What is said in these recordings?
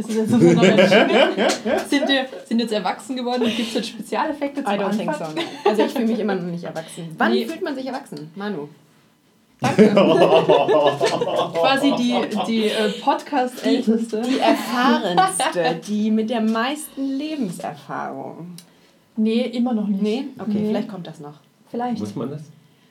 ist jetzt auf einer Maschine. Sind jetzt erwachsen geworden und gibt es jetzt Spezialeffekte zum Anfang? I don't think so. Also ich fühle mich immer noch nicht erwachsen. Wann fühlt man sich erwachsen? Manu. Danke. Quasi die Podcast-Älteste. Die erfahrenste, die mit der meisten Lebenserfahrung. Nee, immer noch nicht. Nee? Okay, vielleicht kommt das noch. Vielleicht. Muss man das?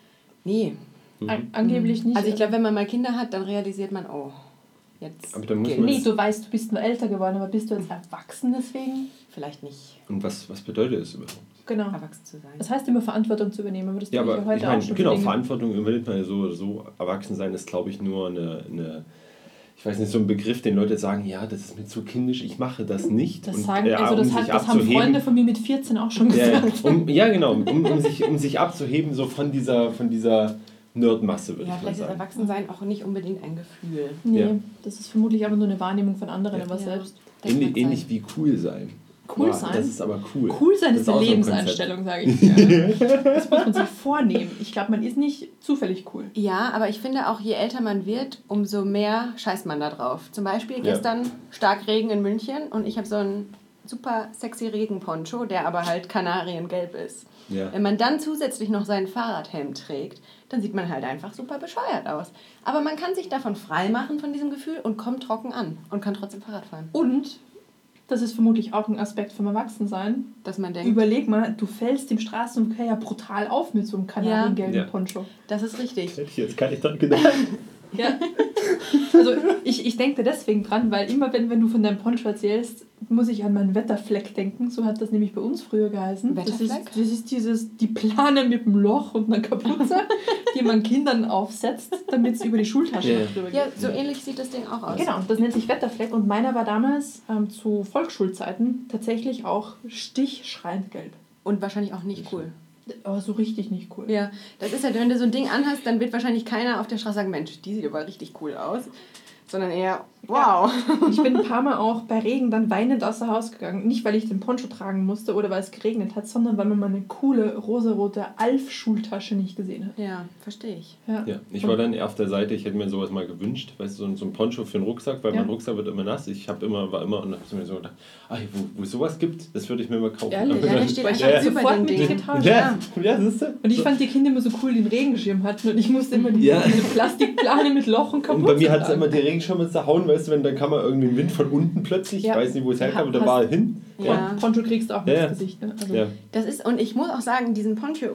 Nee. Angeblich nicht. Also ich glaube, wenn man mal Kinder hat, dann realisiert man, oh, jetzt aber dann muss man nee, du weißt, du bist nur älter geworden, aber bist du jetzt erwachsen deswegen? Vielleicht nicht. Und was bedeutet es überhaupt? Genau. Erwachsen zu sein. Das heißt immer Verantwortung zu übernehmen, aber das ja, aber heute ich meine, auch schon. genau, Verantwortung übernimmt man ja so. Erwachsen sein ist, glaube ich, nur eine ich weiß nicht, so ein Begriff, den Leute sagen, ja, das ist mir zu kindisch, ich mache das nicht. Das, und, sagen, also das haben Freunde von mir mit 14 auch schon gesagt. Genau, um sich abzuheben so von dieser Nerdmasse, würde ich mal sagen. Vielleicht ist Erwachsensein auch nicht unbedingt ein Gefühl. Nee, das ist vermutlich einfach nur eine Wahrnehmung von anderen, aber selbst. Ähnlich wie cool sein. Cool sein? Das ist aber cool. Cool sein ist eine Lebenseinstellung, sage ich dir. Das muss man sich vornehmen. Ich glaube, man ist nicht zufällig cool. Ja, aber ich finde auch, je älter man wird, umso mehr scheißt man da drauf. Zum Beispiel gestern stark Regen in München und ich habe so einen super sexy Regenponcho, der aber halt kanariengelb ist. Ja. Wenn man dann zusätzlich noch seinen Fahrradhelm trägt, dann sieht man halt einfach super bescheuert aus. Aber man kann sich davon freimachen, von diesem Gefühl, und kommt trocken an und kann trotzdem Fahrrad fahren. Und das ist vermutlich auch ein Aspekt vom Erwachsensein. Dass man denkt... Überleg mal, du fällst im Straßenverkehr ja brutal auf mit so einem kanariengelben Poncho. Das ist richtig. Hätte ich jetzt gar nicht dran gedacht. Ja. Also ich denke deswegen dran, weil immer wenn du von deinem Poncho erzählst, muss ich an meinen Wetterfleck denken. So hat das nämlich bei uns früher geheißen. Wetterfleck? Das ist die Plane mit dem Loch und einer Kapuze, die man Kindern aufsetzt, damit es über die Schultasche drüber geht. Ja, so ähnlich sieht das Ding auch aus. Genau, das nennt sich Wetterfleck und meiner war damals zu Volksschulzeiten tatsächlich auch stichschreiend gelb. Und wahrscheinlich auch nicht cool. Aber so richtig nicht cool. Ja, das ist halt, wenn du so ein Ding anhast, dann wird wahrscheinlich keiner auf der Straße sagen, Mensch, die sieht aber richtig cool aus. Sondern eher, wow. Ja. Ich bin ein paar Mal auch bei Regen dann weinend außer Haus gegangen. Nicht, weil ich den Poncho tragen musste oder weil es geregnet hat, sondern weil man meine coole rosarote Alf-Schultasche nicht gesehen hat. Ja, verstehe ich. Ja, ich war dann eher auf der Seite, ich hätte mir sowas mal gewünscht, weißt du, so ein Poncho für einen Rucksack, weil mein Rucksack wird immer nass. Ich war immer und habe mir so gedacht, wo es sowas gibt, das würde ich mir mal kaufen. Ehrlich? Ja, der steht einfach sofort mit dir getauscht. Ja, siehst du? Und ich fand die Kinder immer so cool, die einen Regenschirm hatten und ich musste immer diese Plastikplane mit Loch und kaputt. Und bei mir hat es immer die Regenschirme zerhauen, weißt du, wenn dann kam mal irgendwie ein Wind von unten plötzlich, ich weiß nicht, wo es herkam, und da war er hin. Ja. Poncho kriegst du auch ins Gesicht. Ne? Also das ist, und ich muss auch sagen, diesen Poncho,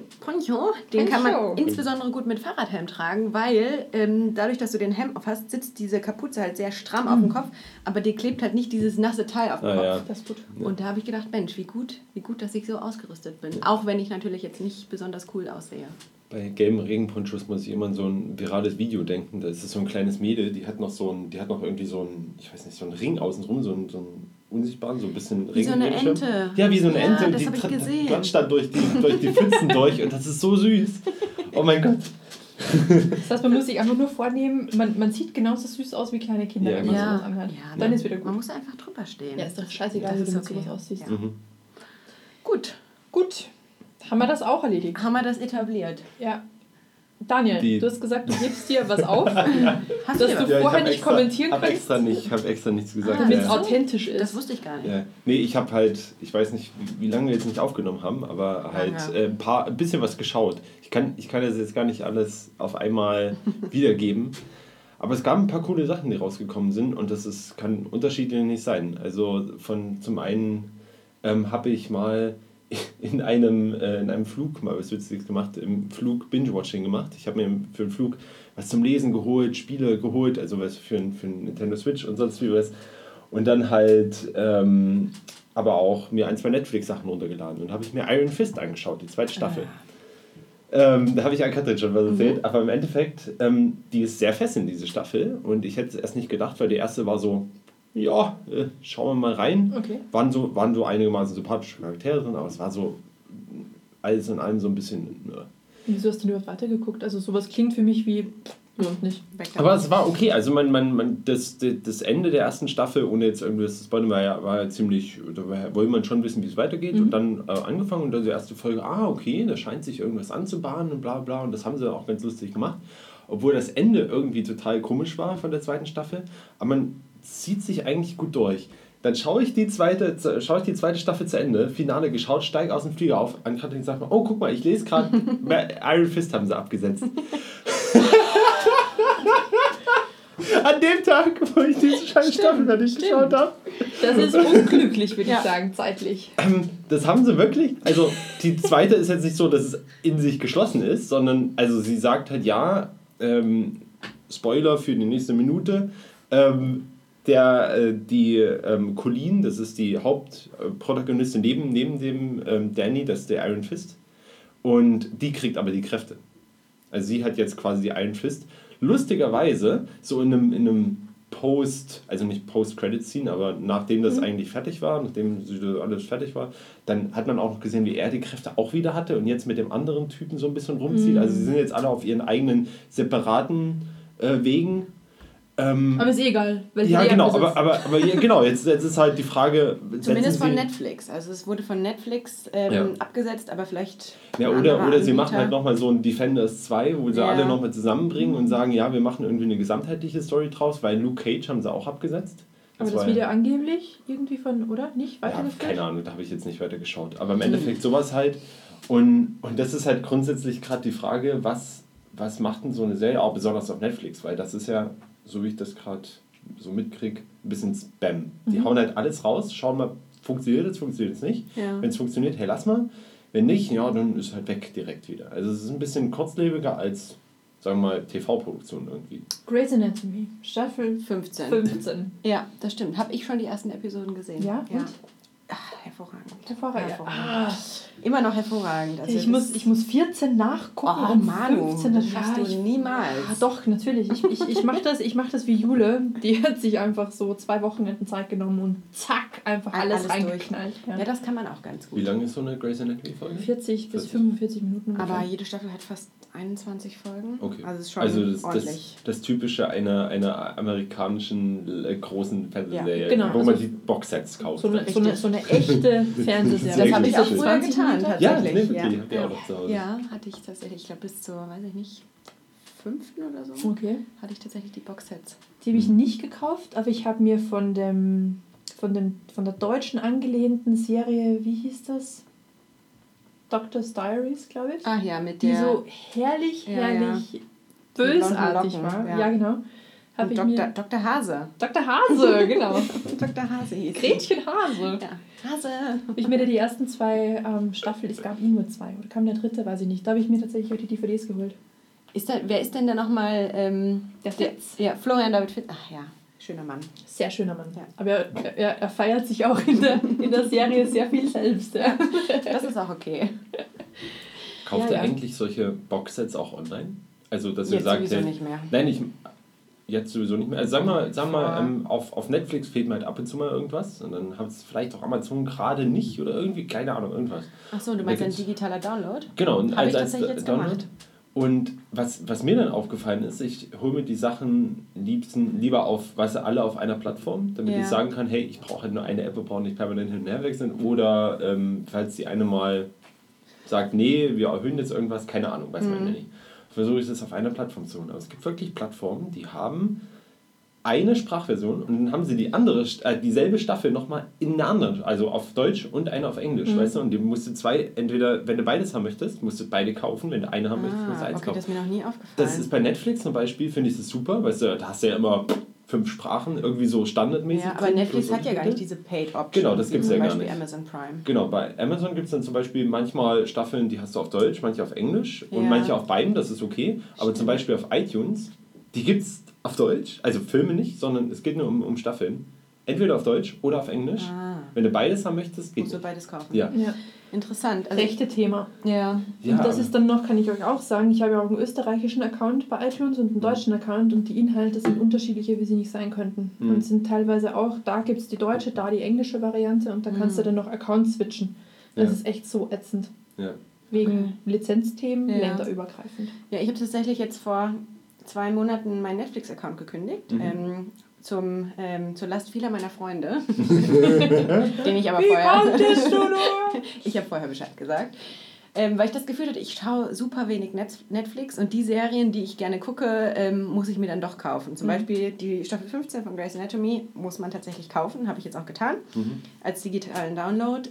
den kann man insbesondere gut mit Fahrradhelm tragen, weil dadurch, dass du den Helm aufhast, sitzt diese Kapuze halt sehr stramm auf dem Kopf, aber dir klebt halt nicht dieses nasse Teil auf dem Kopf. Ja. Das ist gut. Und da habe ich gedacht, Mensch, wie gut, dass ich so ausgerüstet bin. Auch wenn ich natürlich jetzt nicht besonders cool aussehe. Bei gelben Regenponchos muss ich immer an so ein virales Video denken. Da ist so ein kleines Mädel, die hat noch irgendwie so ein, ich weiß nicht, so einen Ring außenrum, so einen unsichtbaren, so ein bisschen Regen. Wie so eine Ente. Ja, wie so eine Ente. Und das die klatscht dann durch die Pfützen durch und das ist so süß. Oh mein Gott. Das heißt, man muss sich einfach nur vornehmen, man sieht genauso süß aus wie kleine Kinder, wenn man sowas anhat. Ja, dann ist wieder gut. Man muss einfach drüber stehen. Ja, ist doch scheißegal, wie du mit sowas aussiehst. Ja. Gut. Haben wir das auch erledigt? Haben wir das etabliert? Ja. Daniel, du hast gesagt, du hebst dir was auf, dass du vorher nicht kommentieren kannst. Ich habe extra nichts gesagt. Damit es authentisch ist. Das wusste ich gar nicht. Ja. Nee, ich habe halt, ich weiß nicht, wie lange wir jetzt nicht aufgenommen haben, aber halt ein bisschen was geschaut. Ich kann das jetzt gar nicht alles auf einmal wiedergeben. Aber es gab ein paar coole Sachen, die rausgekommen sind und kann unterschiedlich sein. Also zum einen habe ich mal in einem Flug mal was Witziges gemacht, im Flug Binge-Watching gemacht. Ich habe mir für den Flug was zum Lesen geholt, Spiele geholt, also was für ein Nintendo Switch und sonst wie was. Und dann halt aber auch mir 2 Netflix-Sachen runtergeladen. Und habe ich mir Iron Fist angeschaut, die 2. Staffel. Da habe ich Katrin schon was erzählt, aber im Endeffekt, die ist sehr fesselnd, diese Staffel. Und ich hätte es erst nicht gedacht, weil die erste war so, ja, schauen wir mal rein. Okay. Waren so einigermaßen sympathische Charaktere drin, aber es war so alles in allem so ein bisschen... Wieso hast du überhaupt weitergeguckt? Also sowas klingt für mich wie... Überhaupt nicht. Aber es war okay, also das Ende der ersten Staffel, ohne jetzt irgendwie das Spoiler, war ja ziemlich... Da wollte man schon wissen, wie es weitergeht und dann angefangen und dann die erste Folge, okay, da scheint sich irgendwas anzubahnen und bla bla und das haben sie auch ganz lustig gemacht. Obwohl das Ende irgendwie total komisch war von der 2. Staffel, aber man zieht sich eigentlich gut durch. Dann schaue ich die zweite Staffel zu Ende, Finale geschaut, steige aus dem Flieger auf, an Katrin sagt, oh, guck mal, ich lese gerade, Iron Fist haben sie abgesetzt. An dem Tag, wo ich diese scheiß Staffel fertig geschaut habe. Das ist unglücklich, würde ich sagen, zeitlich. Das haben sie wirklich. Also die zweite ist jetzt nicht so, dass es in sich geschlossen ist, sondern also sie sagt halt, ja, Spoiler für die nächste Minute, Colleen, das ist die Hauptprotagonistin neben dem Danny, das ist der Iron Fist. Und die kriegt aber die Kräfte. Also sie hat jetzt quasi die Iron Fist. Lustigerweise, so in einem also nicht Post-Credit-Scene, aber nachdem das eigentlich fertig war, nachdem alles fertig war, dann hat man auch noch gesehen, wie er die Kräfte auch wieder hatte und jetzt mit dem anderen Typen so ein bisschen rumzieht. Also sie sind jetzt alle auf ihren eigenen separaten Wegen. Aber ist egal. Weil ja, genau, aber ja, genau, jetzt ist halt die Frage... Zumindest von Netflix. Also es wurde von Netflix abgesetzt, aber vielleicht... Ja, oder sie machen halt nochmal so ein Defenders 2, wo sie alle nochmal zusammenbringen und sagen, ja, wir machen irgendwie eine gesamtheitliche Story draus, weil Luke Cage haben sie auch abgesetzt. Aber das wieder angeblich irgendwie von, oder? Nicht weitergeführt? Ja, keine Ahnung, da habe ich jetzt nicht weiter geschaut. Aber im Endeffekt sowas halt. Und das ist halt grundsätzlich gerade die Frage, was macht denn so eine Serie, auch besonders auf Netflix, weil das ist ja... so wie ich das gerade so mitkriege, ein bisschen Spam. Die hauen halt alles raus, schauen mal, funktioniert es nicht. Ja. Wenn es funktioniert, hey, lass mal. Wenn nicht, ja, dann ist halt weg direkt wieder. Also es ist ein bisschen kurzlebiger als, sagen wir mal, TV-Produktion irgendwie. Grey's Anatomy, Staffel 15. Ja, das stimmt. Habe ich schon die ersten Episoden gesehen. Ja? Ja. Ach, hervorragend. Hervorragend. Immer noch hervorragend. Also ich muss 14 nachgucken. Oh, Manu, 15, das schaffst du niemals. Ja, doch, natürlich. Ich mache das wie Jule. Die hat sich einfach so 2 Wochenenden Zeit genommen und zack, einfach alles reingeknallt. Ja, das kann man auch ganz gut. Wie lang ist so eine Grey's Anatomy-Folge? 40 bis 45 Minuten. Aber jede Staffel hat fast 21 Folgen. Okay. Also ist schon ordentlich. Das Typische einer amerikanischen großen Fernsehserie, genau, wo man die Boxsets kauft. So eine echte Fernsehserie. Das habe ich auch früher getan, tatsächlich. Ja, die habt ihr auch noch zu Hause. Ja, hatte ich tatsächlich. Ich glaube, bis zur, weiß ich nicht, 5. oder so hatte ich tatsächlich die Boxsets. Die habe ich nicht gekauft, aber ich habe mir von der deutschen angelehnten Serie, wie hieß das? Doctor's Diaries, glaube ich. Ach ja, mit die der... so herrlich bösartig war. Ja, genau. Dr. Hase. Dr. Hase, genau. Dr. Hase hieß Gretchen Hase. Ja. Hase. Ich mir die ersten 2 Staffeln, es gab nur 2, oder kam der 3., weiß ich nicht. Da habe ich mir tatsächlich auch die DVDs geholt. Wer ist denn da nochmal... der Fitz. Ja, Florian David Fitz. Ach ja, schöner Mann. Sehr schöner Mann. Ja. Aber er feiert sich auch in der Serie sehr viel selbst. Ja. Das ist auch okay. Kauft ihr eigentlich solche Boxsets auch online? Also, dass ihr jetzt sagt... sowieso nicht mehr. Nein, jetzt sowieso nicht mehr. Also sagen wir auf Netflix fehlt mir halt ab und zu mal irgendwas und dann hat es vielleicht auch Amazon gerade nicht oder irgendwie, keine Ahnung, irgendwas. Achso, du meinst ein digitaler Download? Genau. Habe ich tatsächlich jetzt gemacht. Und was mir dann aufgefallen ist, ich hole mir die Sachen lieber alle auf einer Plattform, damit ich sagen kann, hey, ich brauche halt nur eine App, wir brauchen nicht permanent hin und her wechseln. Oder falls die eine mal sagt, nee, wir erhöhen jetzt irgendwas, keine Ahnung, weiß man ja nicht. Versuche ich das auf einer Plattform zu holen. Aber es gibt wirklich Plattformen, die haben eine Sprachversion und dann haben sie dieselbe Staffel nochmal in einer anderen, also auf Deutsch und eine auf Englisch, weißt du? Und die musst du entweder, wenn du beides haben möchtest, musst du beide kaufen, wenn du eine haben möchtest, musst du eins kaufen. Das ist mir noch nie aufgefallen. Das ist bei Netflix zum Beispiel, finde ich das super, weißt du, da hast du ja immer 5 Sprachen, irgendwie so standardmäßig. Ja, aber Netflix hat ja gar nicht diese Paid-Option. Genau, das gibt es ja gar nicht. Zum Beispiel Amazon Prime. Genau, bei Amazon gibt es dann zum Beispiel manchmal Staffeln, die hast du auf Deutsch, manche auf Englisch und manche auf beiden, das ist okay. Aber zum Beispiel auf iTunes, die gibt es auf Deutsch, also Filme nicht, sondern es geht nur um Staffeln. Entweder auf Deutsch oder auf Englisch. Wenn du beides haben möchtest, geht musst du beides kaufen. Ja. Interessant. Also rechte Thema. Ja. Und das ist dann noch, kann ich euch auch sagen, ich habe ja auch einen österreichischen Account bei iTunes und einen deutschen Account und die Inhalte sind unterschiedlicher, wie sie nicht sein könnten. Und sind teilweise auch, da gibt es die deutsche, da die englische Variante und da kannst du dann noch Accounts switchen. Das ist echt so ätzend. Ja. Wegen Lizenzthemen, länderübergreifend. Ja, ich habe tatsächlich jetzt vor 2 Monaten meinen Netflix-Account gekündigt. Zur Last vieler meiner Freunde. Den ich aber vorher... Wie konntest du nur? Ich habe vorher Bescheid gesagt. Weil ich das Gefühl hatte, ich schaue super wenig Netflix und die Serien, die ich gerne gucke, muss ich mir dann doch kaufen. Zum Beispiel die Staffel 15 von Grey's Anatomy muss man tatsächlich kaufen, habe ich jetzt auch getan, als digitalen Download.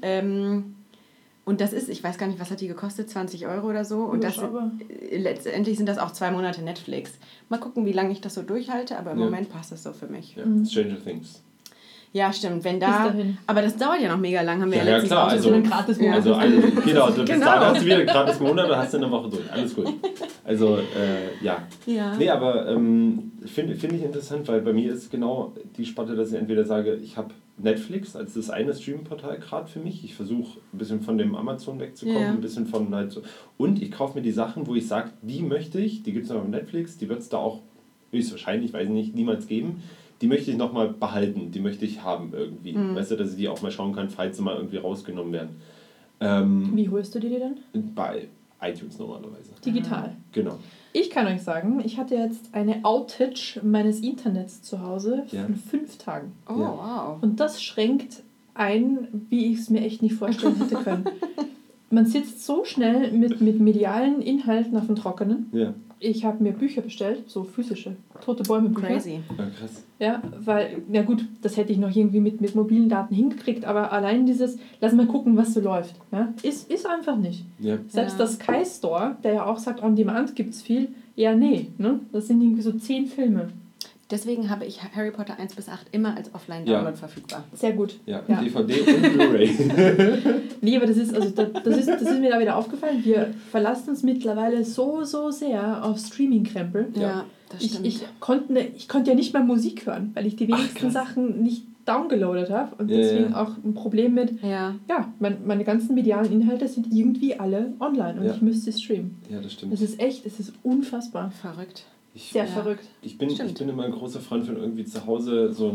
Und das ist, ich weiß gar nicht, was hat die gekostet, 20 € oder so. Und letztendlich sind das auch 2 Monate Netflix. Mal gucken, wie lange ich das so durchhalte, aber im Moment passt das so für mich. Ja. Stranger Things. Ja, stimmt. Wenn da, aber das dauert ja noch mega lang, haben wir ja letztens klar, auch einen Gratis-Monat. Genau, bis dahin hast du wieder einen Gratis-Monat und hast dann eine Woche durch. Alles gut. Also, ja. Nee, aber finde ich interessant, weil bei mir ist genau die Sparte, dass ich entweder sage, ich habe Netflix als das eine Streaming-Portal gerade für mich. Ich versuche ein bisschen von dem Amazon wegzukommen, ein bisschen von halt so. Und ich kaufe mir die Sachen, wo ich sage, die möchte ich, die gibt es noch auf Netflix, die wird es da auch höchstwahrscheinlich, weiß ich nicht, niemals geben. Die möchte ich nochmal behalten, die möchte ich haben irgendwie. Weißt du, dass ich die auch mal schauen kann, falls sie mal irgendwie rausgenommen werden. Wie holst du die dann? Bei iTunes normalerweise. Digital. Genau. Ich kann euch sagen, ich hatte jetzt eine Outage meines Internets zu Hause von 5 Tagen. Oh, wow. Und das schränkt ein, wie ich es mir echt nicht vorstellen hätte können. Man sitzt so schnell mit medialen Inhalten auf dem Trockenen. Ja. Ich habe mir Bücher bestellt, so physische, tote Bäume-Bücher. Crazy. Ja, krass. Ja, weil, na gut, das hätte ich noch irgendwie mit mobilen Daten hingekriegt, aber allein dieses, lass mal gucken, was so läuft, ja, ist einfach nicht. Ja. Selbst das Sky Store, der ja auch sagt, on demand gibt es viel, ja, nee, ne? Das sind irgendwie so 10 Filme. Deswegen habe ich Harry Potter 1 bis 8 immer als Offline-Download verfügbar. Sehr gut. Ja, DVD und Blu-ray. Nee, aber das ist mir da wieder aufgefallen. Wir verlassen uns mittlerweile so sehr auf Streaming-Krempel. Ja, das stimmt. Ich konnte ja nicht mal Musik hören, weil ich die wenigsten Sachen nicht downgeloadet habe. Und deswegen auch ein Problem mit, meine ganzen medialen Inhalte sind irgendwie alle online und ich müsste streamen. Ja, das stimmt. Es ist unfassbar. Verrückt. Sehr verrückt. Ich bin immer ein großer Freund von irgendwie zu Hause so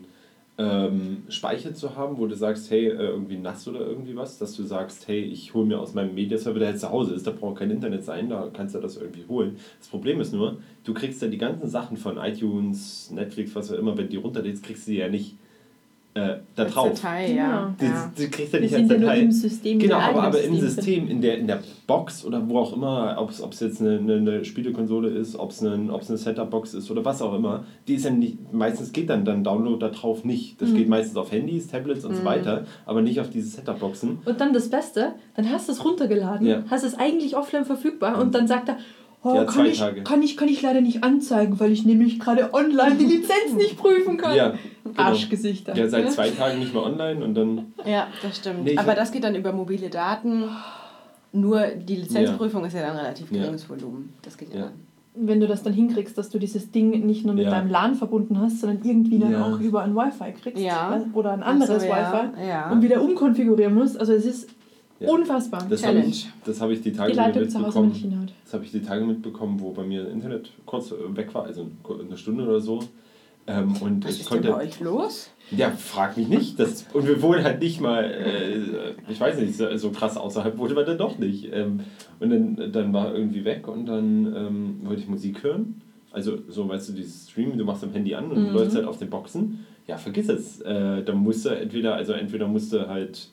einen Speicher zu haben, wo du sagst, hey, irgendwie NAS oder irgendwie was, dass du sagst, hey, ich hole mir aus meinem Mediaserver, der jetzt zu Hause ist, da braucht kein Internet sein, da kannst du das irgendwie holen. Das Problem ist nur, du kriegst ja die ganzen Sachen von iTunes, Netflix, was auch immer, wenn die runterlädst, kriegst du die ja nicht da drauf. Datei, ja. Du kriegst ja nicht als Datei. Nur im System, genau, aber im System, in der Box oder wo auch immer, ob es jetzt eine Spielekonsole ist, ob es eine Setup-Box ist oder was auch immer, die ist ja nicht, meistens geht dann Download da drauf nicht. Das geht meistens auf Handys, Tablets und so weiter, aber nicht auf diese Setup-Boxen. Und dann das Beste, dann hast du es runtergeladen, hast es eigentlich offline verfügbar und dann sagt er, kann ich leider nicht anzeigen, weil ich nämlich gerade online die Lizenz nicht prüfen kann. Ja, genau. Arschgesichter. Ja, seit 2 Tagen nicht mehr online und dann... Ja, das stimmt. Nee, aber das geht dann über mobile Daten. Nur die Lizenzprüfung ist ja dann relativ geringes Volumen. Das geht ja dann. Wenn du das dann hinkriegst, dass du dieses Ding nicht nur mit deinem LAN verbunden hast, sondern irgendwie dann auch über ein Wi-Fi kriegst oder ein anderes Wi-Fi und wieder umkonfigurieren musst. Also es ist unfassbar. Das habe ich die Tage mitbekommen. Das habe ich die Tage mitbekommen, wo bei mir Internet kurz weg war, also eine Stunde oder so. Und was ist denn bei euch los? Ja, frag mich nicht. Und wir wohnen halt nicht mal, ich weiß nicht, so krass außerhalb wohnen wir dann doch nicht. Und dann war irgendwie weg und dann wollte ich Musik hören. Also so, weißt du, dieses Streaming, du machst am Handy an und läufst halt auf den Boxen. Ja, vergiss es. Dann musst du entweder musst du halt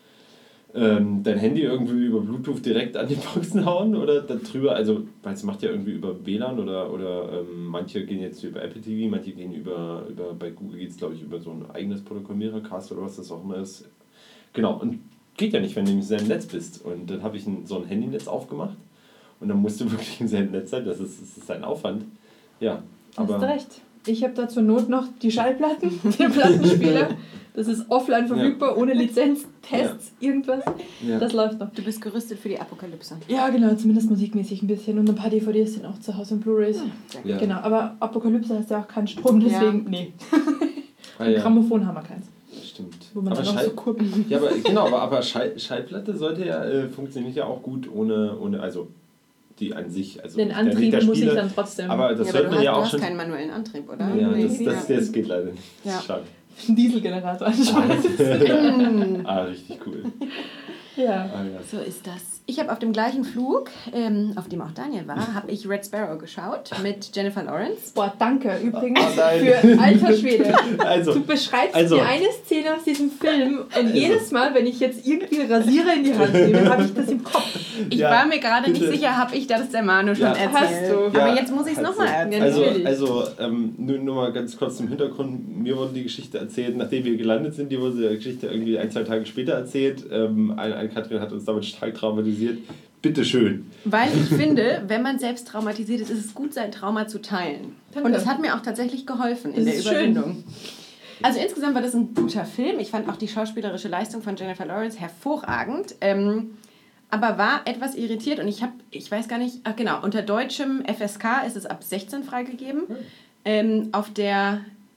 dein Handy irgendwie über Bluetooth direkt an die Boxen hauen oder da drüber, also weil es macht ja irgendwie über WLAN oder manche gehen jetzt über Apple TV, manche gehen über bei Google geht es glaube ich über so ein eigenes Protokoll, Miracast oder was das auch immer ist. Genau, und geht ja nicht, wenn du im selben Netz bist. Und dann habe ich so ein Handynetz aufgemacht und dann musst du wirklich im selben Netz sein, das ist ein Aufwand. Ja, aber... Du hast recht. Ich habe da zur Not noch die Schallplatten, den Plattenspieler. Das ist offline verfügbar, ohne Lizenz, Tests, irgendwas. Ja. Das läuft noch. Du bist gerüstet für die Apokalypse. Ja, genau, zumindest musikmäßig ein bisschen. Und ein paar DVDs sind auch zu Hause und Blu-rays. Ja. Genau, aber Apokalypse hast ja auch keinen Strom, deswegen, nee. Ein Grammophon haben wir keins. Stimmt. Wo man aber dann auch so kurbeln. Ja, aber genau, aber Schallplatte sollte ja, funktioniert ja auch gut ohne also die an sich, also den Antrieb muss ich dann trotzdem. Aber das hört man ja auch schon. Du hast keinen manuellen Antrieb, oder? Ja, das geht leider nicht. Ja. Schade. Ein Dieselgenerator anscheinend. Richtig cool. Ja. So ist das. Ich habe auf dem gleichen Flug, auf dem auch Daniel war, habe ich Red Sparrow geschaut mit Jennifer Lawrence. Boah, danke übrigens für alter Schwede. Also, du beschreibst mir eine Szene aus diesem Film und jedes Mal, wenn ich jetzt irgendwie Rasierer in die Hand nehme, habe ich das im Kopf. Ich war mir gerade nicht sicher, habe ich das der Manu schon erzählt. Hast du. Aber jetzt muss ich es nochmal Also, erzählen. nur mal ganz kurz zum Hintergrund. Mir wurde die Geschichte erzählt, nachdem wir gelandet sind. Die wurde die Geschichte irgendwie 1-2 Tage später erzählt. Katrin hat uns damit stark traumatisiert. Bitteschön. Weil ich finde, wenn man selbst traumatisiert ist, ist es gut, sein Trauma zu teilen. Danke. Und das hat mir auch tatsächlich geholfen in der Überwindung. Also insgesamt war das ein guter Film. Ich fand auch die schauspielerische Leistung von Jennifer Lawrence hervorragend. Aber war etwas irritiert und ich weiß gar nicht, unter deutschem FSK ist es ab 16 freigegeben. Auf der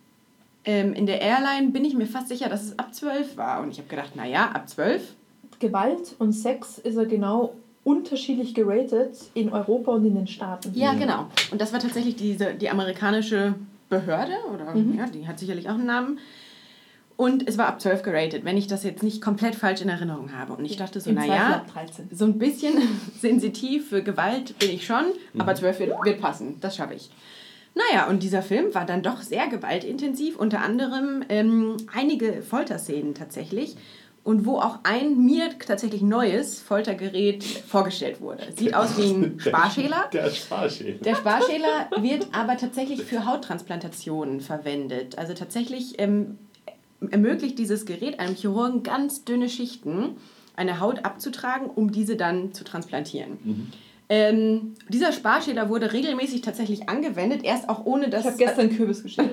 in der Airline bin ich mir fast sicher, dass es ab 12 war. Und ich habe gedacht, naja, ab 12. Gewalt und Sex ist er genau unterschiedlich geratet in Europa und in den Staaten. Ja, genau. Und das war tatsächlich die amerikanische Behörde, oder die hat sicherlich auch einen Namen. Und es war ab 12 geratet, wenn ich das jetzt nicht komplett falsch in Erinnerung habe. Und ich dachte so, naja, so ein bisschen sensitiv für Gewalt bin ich schon, aber 12 wird passen, das schaffe ich. Naja, und dieser Film war dann doch sehr gewaltintensiv, unter anderem einige Folterszenen tatsächlich. Und wo auch ein mir tatsächlich neues Foltergerät vorgestellt wurde. Sieht aus wie ein Sparschäler. Der Sparschäler. Der Sparschäler wird aber tatsächlich für Hauttransplantationen verwendet. Also tatsächlich ermöglicht dieses Gerät einem Chirurgen ganz dünne Schichten, eine Haut abzutragen, um diese dann zu transplantieren. Dieser Sparschäler wurde regelmäßig tatsächlich angewendet, erst auch ohne dass... Ich habe gestern Kürbis geschält.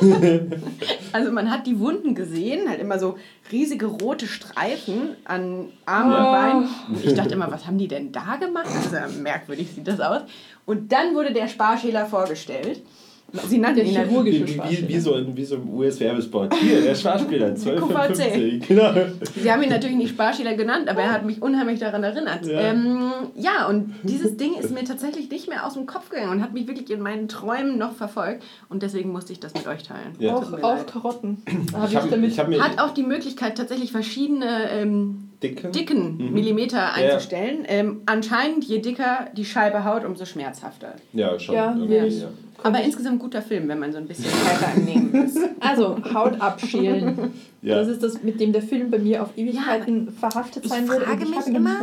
Also man hat die Wunden gesehen, halt immer so riesige rote Streifen an Armen und Beinen. Ich dachte immer, was haben die denn da gemacht? Also merkwürdig sieht das aus. Und dann wurde der Sparschäler vorgestellt. Sie nannten ihn chirurgische Sparschäler. Wie so im US-Werbespot. Hier, der Sparschäler, 12,50. Genau. Sie haben ihn natürlich nicht Sparschäler genannt, aber er hat mich unheimlich daran erinnert. Ja, und dieses Ding ist mir tatsächlich nicht mehr aus dem Kopf gegangen und hat mich wirklich in meinen Träumen noch verfolgt. Und deswegen musste ich das mit euch teilen. Ja. Auch Karotten. Hat auch die Möglichkeit, tatsächlich verschiedene dicken Millimeter einzustellen. Anscheinend, je dicker die Scheibe Haut, umso schmerzhafter. Ja, schon. Ja. Aber insgesamt guter Film, wenn man so ein bisschen Pfeffer im Nehmen ist. Also, Haut abschälen. Ja. Das ist das, mit dem der Film bei mir auf Ewigkeiten verhaftet sein wird. Ich frage mich immer,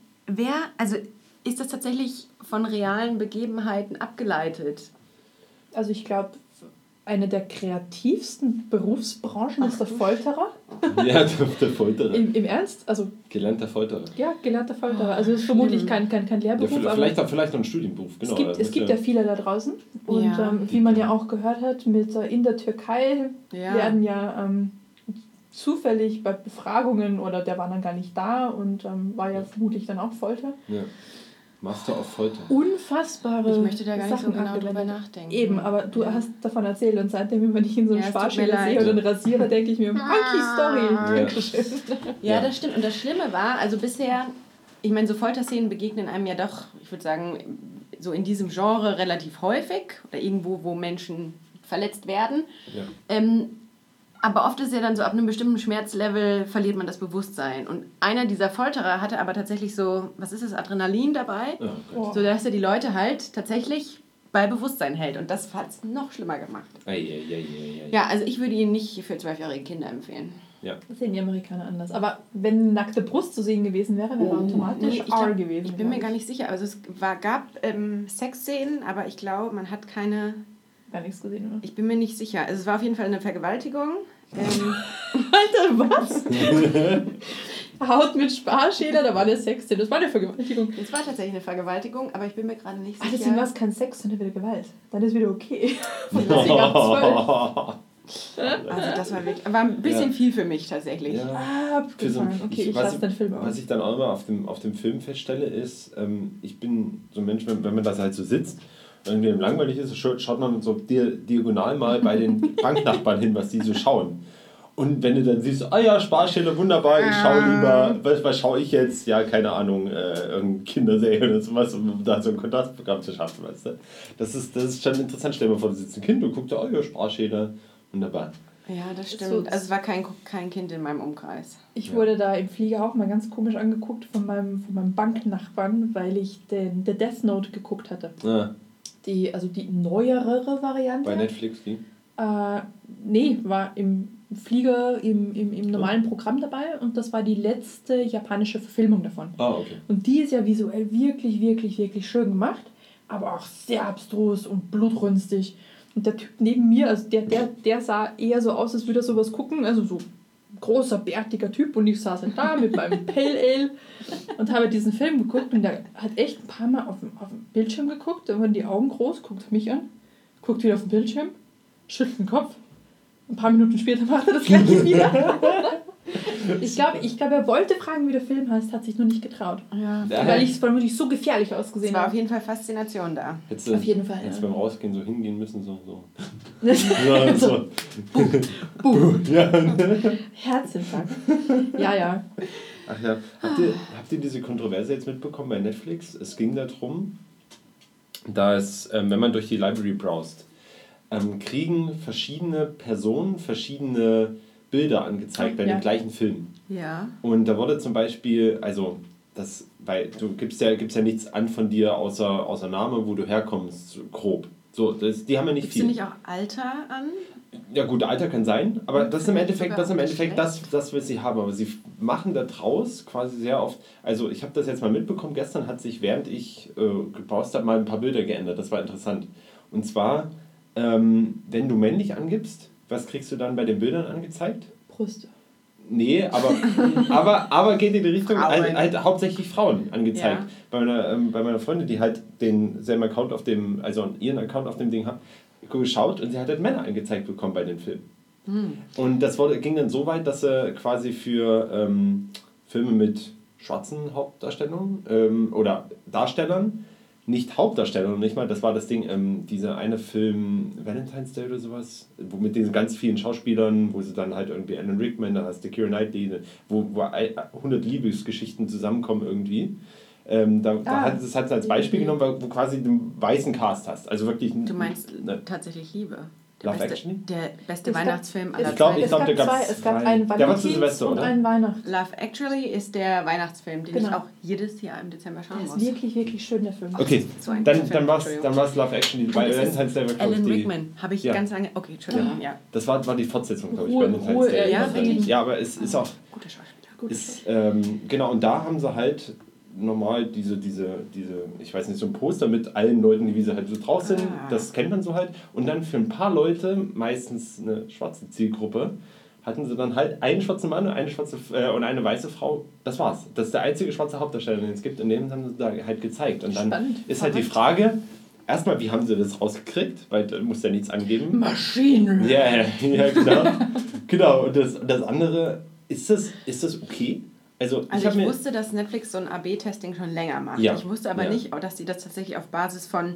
ist das tatsächlich von realen Begebenheiten abgeleitet? Also ich glaube, eine der kreativsten Berufsbranchen ist der Folterer. Ja, der Folterer. Im Ernst? Also gelernter Folterer. Ja, gelernter Folterer. Also es ist vermutlich kein Lehrberuf. Ja, vielleicht noch ein Studienberuf, genau. Es gibt ja viele da draußen. Und wie man ja auch gehört hat, in der Türkei werden ja zufällig bei Befragungen, oder der war dann gar nicht da und war ja vermutlich dann auch Folter. Ja. Master of Folter. Unfassbare. Ich möchte da gar nicht Sachen so genau drüber nachdenken. Eben, aber du hast davon erzählt und seitdem, wenn ich in so einem Sparschäler sehe oder einen Rasierer, denke ich mir, monkey Story. Dankeschön. Ja, das stimmt. Und das Schlimme war, also bisher, ich meine, so Folterszenen begegnen einem ja doch, ich würde sagen, so in diesem Genre relativ häufig oder irgendwo, wo Menschen verletzt werden. Ja. Aber oft ist ja dann so, ab einem bestimmten Schmerzlevel verliert man das Bewusstsein. Und einer dieser Folterer hatte aber tatsächlich so, was ist das, Adrenalin dabei, so dass er die Leute halt tatsächlich bei Bewusstsein hält. Und das hat es noch schlimmer gemacht. Ja, also ich würde ihn nicht für 12-jährige Kinder empfehlen. Ja. Das sehen die Amerikaner anders. Aber wenn nackte Brust zu sehen gewesen wäre, wäre automatisch R gewesen. Ich bin mir gar nicht sicher. Also es gab Sexszenen, aber ich glaube, man hat keine... Gar nichts gesehen, oder? Ich bin mir nicht sicher. Also es war auf jeden Fall eine Vergewaltigung. Alter, was? Haut mit Sparschäler, da war der Sex, das war eine Vergewaltigung. Es war tatsächlich eine Vergewaltigung, aber ich bin mir gerade nicht sicher. Deswegen war es kein Sex, sondern wieder Gewalt. Dann ist wieder okay. Deswegen ab 12. Also das war ein bisschen viel für mich tatsächlich. Ja. Okay, ich lasse den Film aus. Was ich dann auch immer auf dem Film feststelle, ist, ich bin so ein Mensch, wenn man das halt so sitzt, wenn es langweilig ist, schaut man so diagonal mal bei den Banknachbarn hin, was die so schauen. Und wenn du dann siehst, Sparschäler, wunderbar, ich schaue lieber, was schaue ich jetzt? Ja, keine Ahnung, irgendeine Kinderserie oder sowas, um da so ein Kontrastprogramm zu schaffen, weißt du? Das ist schon interessant. Stell dir mal vor, du sitzt ein Kind und guckst, Sparschäler, wunderbar. Ja, das stimmt. So, also es war kein Kind in meinem Umkreis. Ich wurde da im Flieger auch mal ganz komisch angeguckt von meinem Banknachbarn, weil ich The Death Note geguckt hatte. Ja. Die neuere Variante. Bei Netflix, die? Nee, war im Flieger im normalen Programm dabei und das war die letzte japanische Verfilmung davon. Okay. Und die ist ja visuell wirklich, wirklich, wirklich schön gemacht, aber auch sehr abstrus und blutrünstig. Und der Typ neben mir, also der sah eher so aus, als würde er sowas gucken, also so großer, bärtiger Typ und ich saß halt da mit meinem Pale Ale und habe diesen Film geguckt und der hat echt ein paar Mal auf den Bildschirm geguckt, dann wurden die Augen groß, guckt mich an, guckt wieder auf den Bildschirm, schüttelt den Kopf. Ein paar Minuten später macht er das gleiche wieder. Ich glaube, er wollte fragen, wie der Film heißt, hat sich nur nicht getraut. Ja. Weil es vermutlich so gefährlich ausgesehen Es war hat. auf jeden Fall Faszination da. Auf jeden Fall. Jetzt beim Rausgehen so hingehen müssen, so. so. Ja. Herzinfarkt. Ja. Ach ja, habt ihr diese Kontroverse jetzt mitbekommen bei Netflix? Es ging darum, dass, wenn man durch die Library browst, kriegen verschiedene Personen verschiedene Bilder angezeigt bei dem gleichen Film. Ja. Und da wurde zum Beispiel, weil du gibst ja nichts an von dir außer Name, wo du herkommst, grob. So, die haben ja nicht viel. Gibst du nicht auch Alter an? Ja gut, Alter kann sein, aber das ist im Endeffekt das, was sie haben. Aber sie machen da draus quasi sehr oft, also ich habe das jetzt mal mitbekommen, gestern hat sich, während ich gebrowst habe, mal ein paar Bilder geändert, das war interessant. Und zwar, wenn du männlich angibst, was kriegst du dann bei den Bildern angezeigt? Brüste. Nee, aber geht in die Richtung, halt hauptsächlich Frauen angezeigt. Ja. Bei meiner Freundin, die halt denselben Account ihren Account auf dem Ding hat, geschaut und sie hat halt Männer angezeigt bekommen bei den Filmen. Und das ging dann so weit, dass sie quasi für Filme mit schwarzen Hauptdarstellern oder Darstellern, nicht Hauptdarsteller, nicht mal, das war das Ding, dieser eine Film, Valentine's Day oder sowas, wo mit diesen ganz vielen Schauspielern, wo sie dann halt irgendwie Alan Rickman, da hast du Keira Knightley, wo 100 Liebesgeschichten zusammenkommen irgendwie. Das hat sie als Beispiel genommen, wo quasi den weißen Cast hast. Also wirklich. Du meinst tatsächlich Liebe? Der beste Weihnachtsfilm aller Zeiten. Es gab einen Valentins und einen Weihnachten. Love Actually ist der Weihnachtsfilm, den ich auch jedes Jahr im Dezember schauen muss. Das ist wirklich, wirklich schön, der Film. Okay, dann war es Love Actually. Bei Valentine's Day war Alan Rickman, habe ich ganz lange... Okay, Entschuldigung, ja. Das war die Fortsetzung, glaube ich, bei Valentine's Day. Ja, aber es ist auch... Guter Schauspieler. Genau, und da haben sie halt normal diese, ich weiß nicht, so ein Poster mit allen Leuten, wie sie halt so drauf sind, das kennt man so halt. Und dann für ein paar Leute, meistens eine schwarze Zielgruppe, hatten sie dann halt einen schwarzen Mann und eine weiße Frau. Das war's. Das ist der einzige schwarze Hauptdarsteller, den es gibt. Und den haben sie da halt gezeigt. Und dann ist halt die Frage, erstmal, wie haben sie das rausgekriegt? Weil da muss ja nichts angeben. Maschinen! Ja, genau. Genau. Und das andere, ist das okay? Also ich wusste, dass Netflix so ein AB-Testing schon länger macht. Ja. Ich wusste aber nicht, dass sie das tatsächlich auf Basis von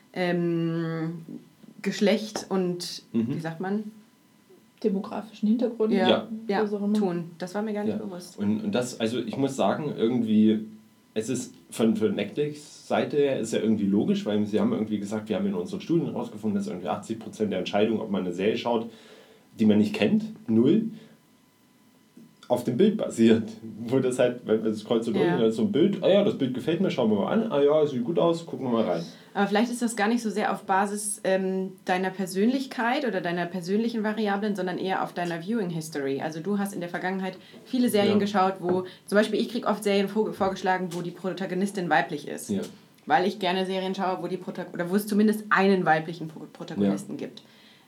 Geschlecht und, wie sagt man? Demografischen Hintergrund. Tun. Das war mir gar nicht bewusst. Und das, also ich muss sagen, irgendwie, es ist von Netflix-Seite her ist ja irgendwie logisch, weil sie haben irgendwie gesagt, wir haben in unseren Studien herausgefunden, dass irgendwie 80% der Entscheidung, ob man eine Serie schaut, die man nicht kennt, 0, auf dem Bild basiert, wo das halt, wenn man das scrollt so durch, so ein Bild, das Bild gefällt mir, schauen wir mal an, sieht gut aus, gucken wir mal rein. Aber vielleicht ist das gar nicht so sehr auf Basis deiner Persönlichkeit oder deiner persönlichen Variablen, sondern eher auf deiner Viewing History. Also du hast in der Vergangenheit viele Serien geschaut, wo, zum Beispiel ich kriege oft Serien vorgeschlagen, wo die Protagonistin weiblich ist. Ja. Weil ich gerne Serien schaue, wo es zumindest einen weiblichen Protagonisten gibt.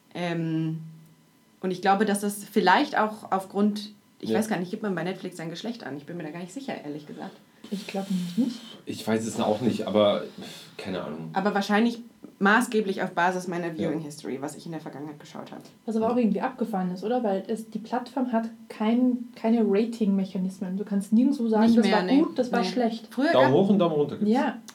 Und ich glaube, dass das vielleicht auch aufgrund... Ich weiß gar nicht, gibt man bei Netflix sein Geschlecht an? Ich bin mir da gar nicht sicher, ehrlich gesagt. Ich glaube nicht. Ich weiß es auch nicht, aber keine Ahnung. Aber wahrscheinlich maßgeblich auf Basis meiner Viewing History, was ich in der Vergangenheit geschaut habe. Was aber auch irgendwie abgefahren ist, oder? Weil die Plattform hat keine Rating-Mechanismen. Du kannst nirgendwo sagen, das war gut, das war schlecht. Früher Daumen hoch und Daumen runter gibt's. Ja.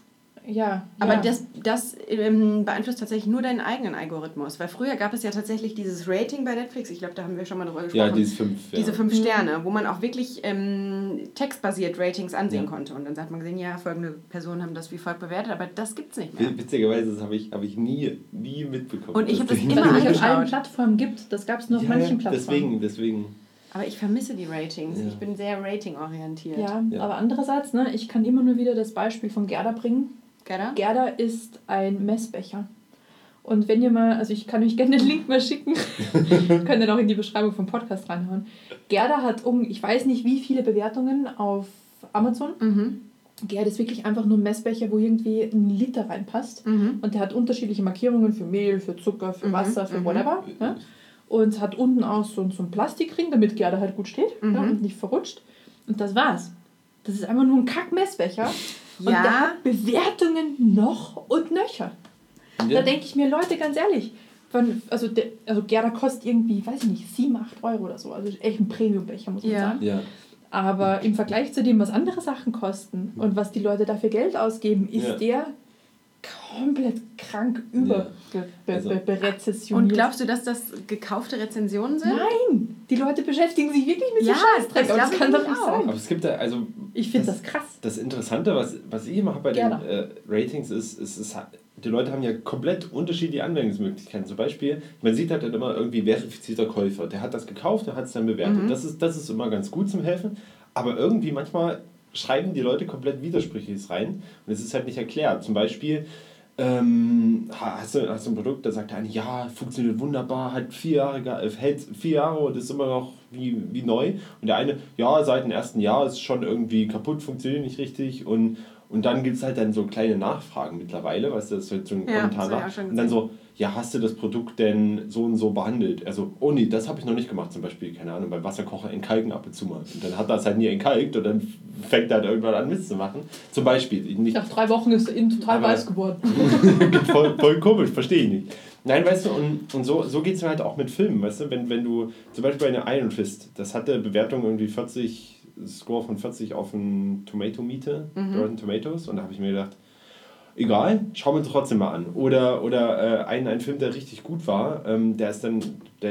Ja. Aber das beeinflusst tatsächlich nur deinen eigenen Algorithmus. Weil früher gab es ja tatsächlich dieses Rating bei Netflix, ich glaube, da haben wir schon mal drüber gesprochen. Ja, diese 5 Sterne, wo man auch wirklich textbasiert Ratings ansehen konnte. Und dann hat man gesehen, ja, folgende Personen haben das wie folgt bewertet, aber das gibt's nicht mehr. Witzigerweise, das habe ich nie mitbekommen. Und ich habe das immer angeschaut. auf allen Plattformen gibt. Das gab es nur auf manchen Plattformen. Deswegen. Aber ich vermisse die Ratings. Ja. Ich bin sehr ratingorientiert. Ja, aber andererseits, ne, ich kann immer nur wieder das Beispiel von Gerda bringen. Gerda ist ein Messbecher. Und wenn ihr mal, also ich kann euch gerne den Link mal schicken, könnt ihr auch in die Beschreibung vom Podcast reinhauen. Gerda hat ich weiß nicht wie viele Bewertungen auf Amazon. Gerda ist wirklich einfach nur ein Messbecher, wo irgendwie ein Liter reinpasst. Und der hat unterschiedliche Markierungen für Mehl, für Zucker, für Wasser, für whatever. Ne? Und hat unten auch so einen Plastikring, damit Gerda halt gut steht und nicht verrutscht. Und das war's. Das ist einfach nur ein Kack-Messbecher. Und der hat Bewertungen noch und nöcher. Ja. Da denke ich mir, Leute, ganz ehrlich, also Gerda kostet irgendwie, weiß ich nicht, 7, 8 Euro oder so. Also echt ein Premium-Becher, muss man sagen. Ja. Aber im Vergleich zu dem, was andere Sachen kosten und was die Leute dafür Geld ausgeben, ist der komplett krank berezessioniert. Und glaubst du, dass das gekaufte Rezensionen sind? Nein! Die Leute beschäftigen sich wirklich mit so Scheißdreck. Aber das kann doch nicht sein. Aber es gibt da, also... Ich finde das krass. Das Interessante, was ich immer habe bei den Ratings, ist, die Leute haben ja komplett unterschiedliche Anwendungsmöglichkeiten. Zum Beispiel, man sieht halt dann immer irgendwie verifizierter Käufer. Der hat das gekauft, der hat es dann bewertet. Das ist immer ganz gut zum Helfen. Aber irgendwie manchmal schreiben die Leute komplett Widersprüchliches rein. Und es ist halt nicht erklärt. Zum Beispiel... hast du ein Produkt, da sagt der eine, ja, funktioniert wunderbar, hält 4 Jahre und ist immer noch wie neu. Und der eine, ja, seit dem ersten Jahr ist schon irgendwie kaputt, funktioniert nicht richtig. Und dann gibt es halt dann so kleine Nachfragen mittlerweile, weißt du, das ist halt so ein Kommentar nach. Und dann so, ja, hast du das Produkt denn so und so behandelt? Also, oh nee, das habe ich noch nicht gemacht, zum Beispiel, keine Ahnung, beim Wasserkocher entkalken ab und zu mal. Und dann hat er es halt nie entkalkt und dann fängt er halt irgendwann an Mist zu machen. Zum Beispiel. Nach 3 Wochen ist er innen total weiß geworden. voll komisch, verstehe ich nicht. Nein, weißt du, und so geht es mir halt auch mit Filmen, weißt du, wenn du, zum Beispiel bei einer Iron Fist, das hatte Bewertung irgendwie 40, Score von 40 auf ein Tomato-Meter, Rotten Tomatoes, und da habe ich mir gedacht, egal, schauen wir uns trotzdem mal an. Oder ein Film, der richtig gut war, der ist dann,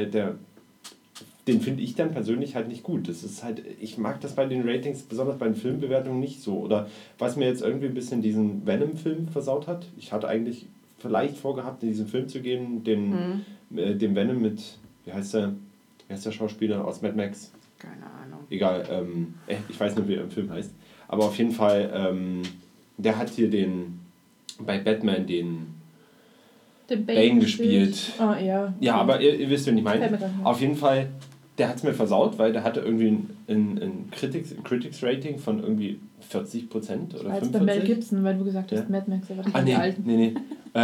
den finde ich dann persönlich halt nicht gut. Das ist halt, ich mag das bei den Ratings, besonders bei den Filmbewertungen nicht so. Oder was mir jetzt irgendwie ein bisschen diesen Venom-Film versaut hat. Ich hatte eigentlich vielleicht vorgehabt, in diesen Film zu gehen, den Venom mit, wie heißt der Schauspieler aus Mad Max? Keine Ahnung. Egal, ich weiß nicht, wie er im Film heißt. Aber auf jeden Fall, der hat hier bei Batman den Bane gespielt. Ah, ja. Ja, aber ihr wisst, wen ich meine. Auf jeden Fall, der hat es mir versaut, weil der hatte irgendwie ein Critics-Rating von irgendwie 40% oder 45%. Bei Mel Gibson, weil du gesagt hast, Mad Max, aber das die alten. Nee.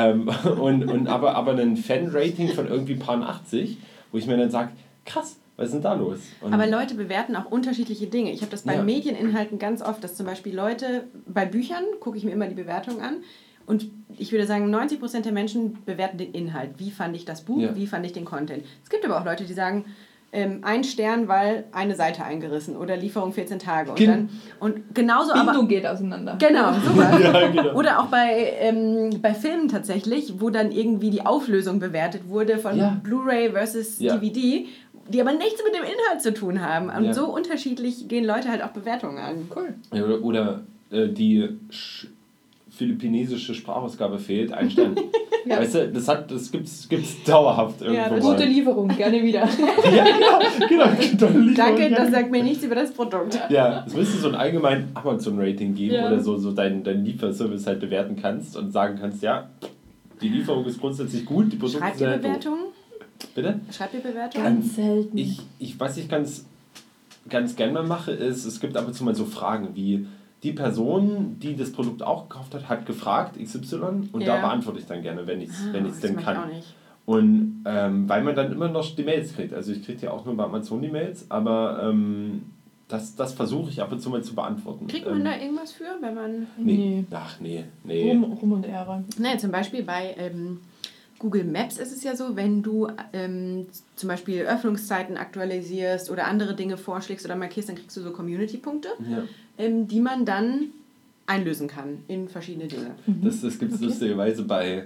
aber ein Fan-Rating von irgendwie paar 80, wo ich mir dann sage, krass, was ist denn da los? Aber Leute bewerten auch unterschiedliche Dinge. Ich habe das bei Medieninhalten ganz oft, dass zum Beispiel Leute, bei Büchern gucke ich mir immer die Bewertung an und ich würde sagen, 90% der Menschen bewerten den Inhalt. Wie fand ich das Buch? Wie fand ich den Content? Es gibt aber auch Leute, die sagen, 1 Stern, weil eine Seite eingerissen oder Lieferung 14 Tage. Und genauso Bildung geht auseinander. Genau, sowas. Ja, genau. Oder auch bei Filmen tatsächlich, wo dann irgendwie die Auflösung bewertet wurde von Blu-ray versus DVD, die aber nichts mit dem Inhalt zu tun haben. Und so unterschiedlich gehen Leute halt auch Bewertungen an. Cool. Ja, oder die philippinesische Sprachausgabe fehlt, 1 Stern. Weißt du, das gibt's dauerhaft irgendwo. Ja, gute Lieferung, gerne wieder. genau. Danke, das sagt mir nichts über das Produkt. Ja, es müsste so ein allgemein Amazon-Rating geben, oder so dein Lieferservice halt bewerten kannst und sagen kannst, ja, die Lieferung ist grundsätzlich gut, die Produkte sind halt Bewertungen? Bitte? Schreibt ihr Bewertungen? Ganz selten. Was ich ganz gerne mal mache, ist, es gibt ab und zu mal so Fragen wie, die Person, die das Produkt auch gekauft hat gefragt, XY, und da beantworte ich dann gerne, wenn ich es denn kann. Ich auch nicht. Und weil man dann immer noch die Mails kriegt. Also ich kriege ja auch nur bei Amazon die Mails, aber das versuche ich ab und zu mal zu beantworten. Kriegt man da irgendwas für, wenn man... Nee. Ach, nee. Ruhm und Ehre. Nee, zum Beispiel bei Google Maps ist es ja so, wenn du zum Beispiel Öffnungszeiten aktualisierst oder andere Dinge vorschlägst oder markierst, dann kriegst du so Community-Punkte, die man dann einlösen kann in verschiedene Dinge. Das gibt es lustigerweise bei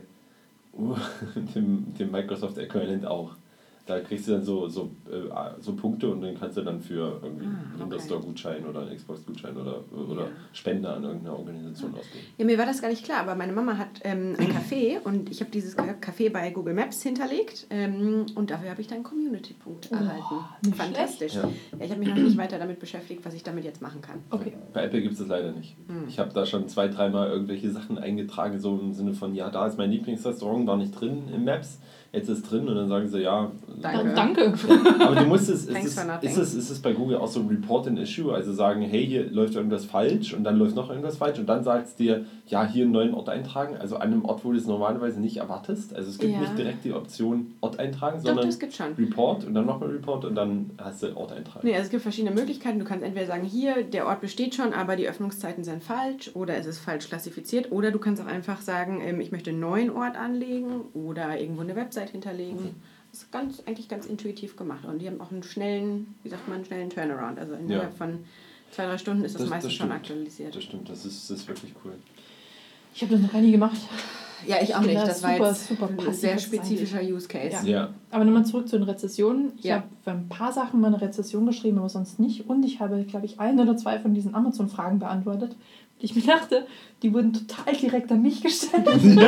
dem Microsoft Equivalent auch. Da kriegst du dann so Punkte und dann kannst du dann für irgendwie einen Windows Store-Gutschein oder einen Xbox-Gutschein oder Spender an irgendeiner Organisation ausgeben. Ja, mir war das gar nicht klar, aber meine Mama hat ein Café und ich habe dieses Café bei Google Maps hinterlegt und dafür habe ich dann Community-Punkte erhalten. Fantastisch. Ja, ich habe mich noch nicht weiter damit beschäftigt, was ich damit jetzt machen kann. Okay. Bei Apple gibt es das leider nicht. Ich habe da schon 2-3 Mal irgendwelche Sachen eingetragen, so im Sinne von, ja, da ist mein Lieblingsrestaurant, war nicht drin im Maps. Jetzt ist drin und dann sagen sie, ja... Danke. Ja, aber du musst ist es bei Google auch so ein Report an Issue, also sagen, hey, hier läuft irgendwas falsch und dann läuft noch irgendwas falsch und dann sagt es dir, ja, hier einen neuen Ort eintragen, also an einem Ort, wo du es normalerweise nicht erwartest. Also es gibt nicht direkt die Option Ort eintragen, sondern das gibt schon. Report und dann nochmal Report und dann hast du Ort eintragen. Nee, also es gibt verschiedene Möglichkeiten. Du kannst entweder sagen, hier, der Ort besteht schon, aber die Öffnungszeiten sind falsch oder es ist falsch klassifiziert oder du kannst auch einfach sagen, ich möchte einen neuen Ort anlegen oder irgendwo eine Website hinterlegen. Das ist eigentlich ganz intuitiv gemacht und die haben auch einen schnellen, schnellen Turnaround. Also innerhalb von 2-3 Stunden ist das meistens schon aktualisiert. Das stimmt, das ist wirklich cool. Ich habe das noch nie gemacht. Ja, ich auch nicht. Das war jetzt super ein sehr spezifischer Use Case. Ja. Aber nochmal zurück zu den Rezessionen. Ich habe für ein paar Sachen mal eine Rezession geschrieben, aber sonst nicht. Und ich habe, glaube ich, 1 oder 2 von diesen Amazon-Fragen beantwortet. Ich mir dachte, die wurden total direkt an mich gestellt.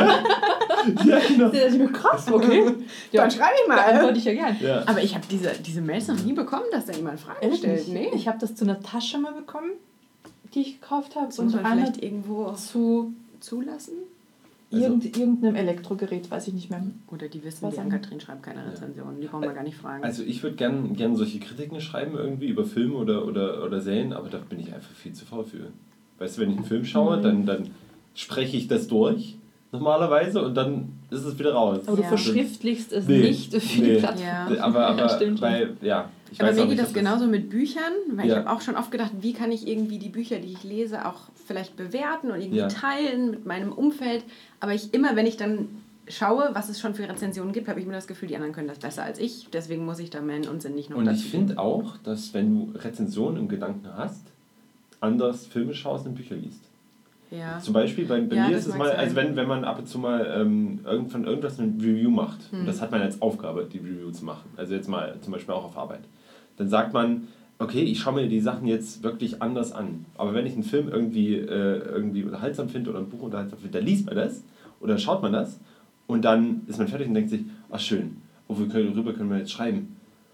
Ja, genau. Das ist mir krass, okay. Dann schreibe ich mal. Antworte ich ja gern. Ja. Aber ich habe diese Mails noch nie bekommen, dass da jemand Fragen stellt. Nee. Ich habe das zu einer Tasche mal bekommen, die ich gekauft habe. Das muss man vielleicht irgendwo zulassen? Irgendeinem Elektrogerät, weiß ich nicht mehr. Oder die wissen, die Ann-Kathrin schreibt keine Rezensionen. Die brauchen wir gar nicht fragen. Also ich würde gern solche Kritiken schreiben irgendwie über Filme oder Serien, aber da bin ich einfach viel zu faul für. Weißt du, wenn ich einen Film schaue, dann spreche ich das durch normalerweise und dann ist es wieder raus. Aber du verschriftlichst es nicht für die Plattform. Ja. Aber stimmt aber mir geht das genauso mit Büchern, weil ich habe auch schon oft gedacht, wie kann ich irgendwie die Bücher, die ich lese, auch vielleicht bewerten und irgendwie teilen mit meinem Umfeld. Aber wenn ich dann schaue, was es schon für Rezensionen gibt, habe ich mir das Gefühl, die anderen können das besser als ich. Deswegen muss ich da meinen Unsinn nicht noch dazu. Und ich finde auch, dass wenn du Rezensionen im Gedanken hast, anders Filme schaust und Bücher liest. Ja. Zum Beispiel bei mir ist es mal, also wenn man ab und zu mal von irgendwas eine Review macht, und das hat man als Aufgabe, die Review zu machen, also jetzt mal zum Beispiel auch auf Arbeit, dann sagt man, okay, ich schaue mir die Sachen jetzt wirklich anders an, aber wenn ich einen Film irgendwie unterhaltsam finde oder ein Buch unterhaltsam finde, dann liest man das oder schaut man das und dann ist man fertig und denkt sich, ach schön, worüber können wir jetzt schreiben?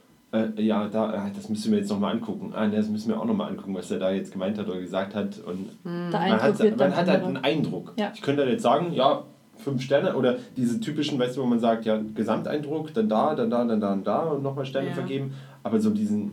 Das müssen wir jetzt nochmal angucken. Das müssen wir auch nochmal angucken, was er da jetzt gemeint hat oder gesagt hat. Und man hat halt einen Eindruck. Ja. Ich könnte jetzt sagen, 5 Sterne oder diese typischen, weißt du, wo man sagt, ja, Gesamteindruck, dann da und nochmal Sterne vergeben. Aber so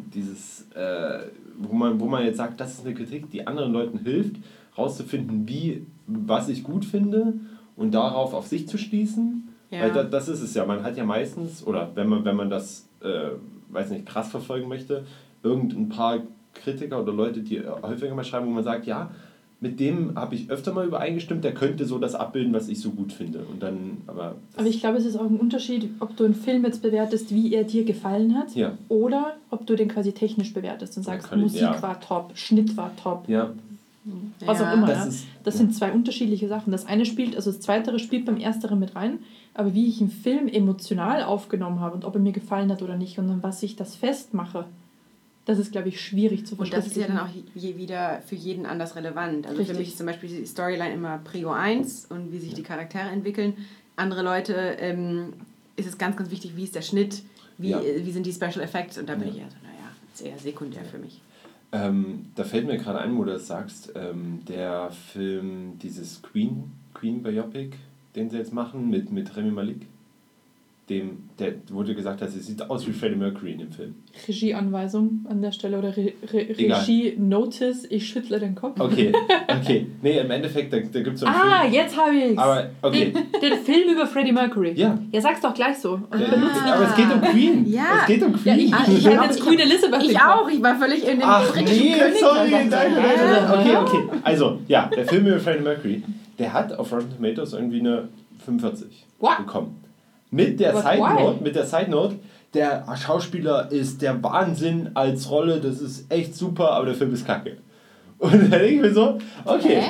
wo man jetzt sagt, das ist eine Kritik, die anderen Leuten hilft, rauszufinden, was ich gut finde und darauf auf sich zu schließen. Ja. Weil das ist es ja. Man hat ja meistens, oder wenn man das krass verfolgen möchte, irgendein paar Kritiker oder Leute, die häufiger mal schreiben, wo man sagt, ja, mit dem habe ich öfter mal übereingestimmt, der könnte so das abbilden, was ich so gut finde. Und dann, aber ich glaube, es ist auch ein Unterschied, ob du einen Film jetzt bewertest, wie er dir gefallen hat, oder ob du den quasi technisch bewertest und sagst, Musik war top, Schnitt war top. Ja. Was auch immer. Das sind 2 unterschiedliche Sachen. Das Zweitere spielt beim Ersteren mit rein, aber wie ich einen Film emotional aufgenommen habe und ob er mir gefallen hat oder nicht und dann was ich das festmache, das ist, glaube ich, schwierig zu verstehen. Und das ist ja dann auch wieder für jeden anders relevant. Also für mich ist zum Beispiel die Storyline immer Prio 1 und wie sich die Charaktere entwickeln. Andere Leute ist es ganz, ganz wichtig, wie ist der Schnitt, wie sind die Special Effects und da bin ich ist eher sekundär für mich. Da fällt mir gerade ein, wo du das sagst, der Film, dieses Queen Biopic, den sie jetzt machen, mit Rami Malek, der wurde gesagt, dass es sieht aus wie Freddie Mercury in dem Film. Regieanweisung an der Stelle oder Regie-Notice, ich schüttle den Kopf. Okay. Nee, im Endeffekt, da gibt es so einen Film. Jetzt habe ich es. Aber, okay. Den Film über Freddie Mercury. Ja. Ja, sag's doch gleich so. Aber es geht um Queen. Ja. Es geht um Queen. Ja, ich habe jetzt Queen Elizabeth. Ich auch. Ich war völlig in dem britischen König. Sorry. Okay. Also, der Film über Freddie Mercury, der hat auf Rotten Tomatoes irgendwie eine 45 bekommen. Mit der Side Note, der Schauspieler ist der Wahnsinn als Rolle, das ist echt super, aber der Film ist kacke. Und dann denke ich mir so, okay.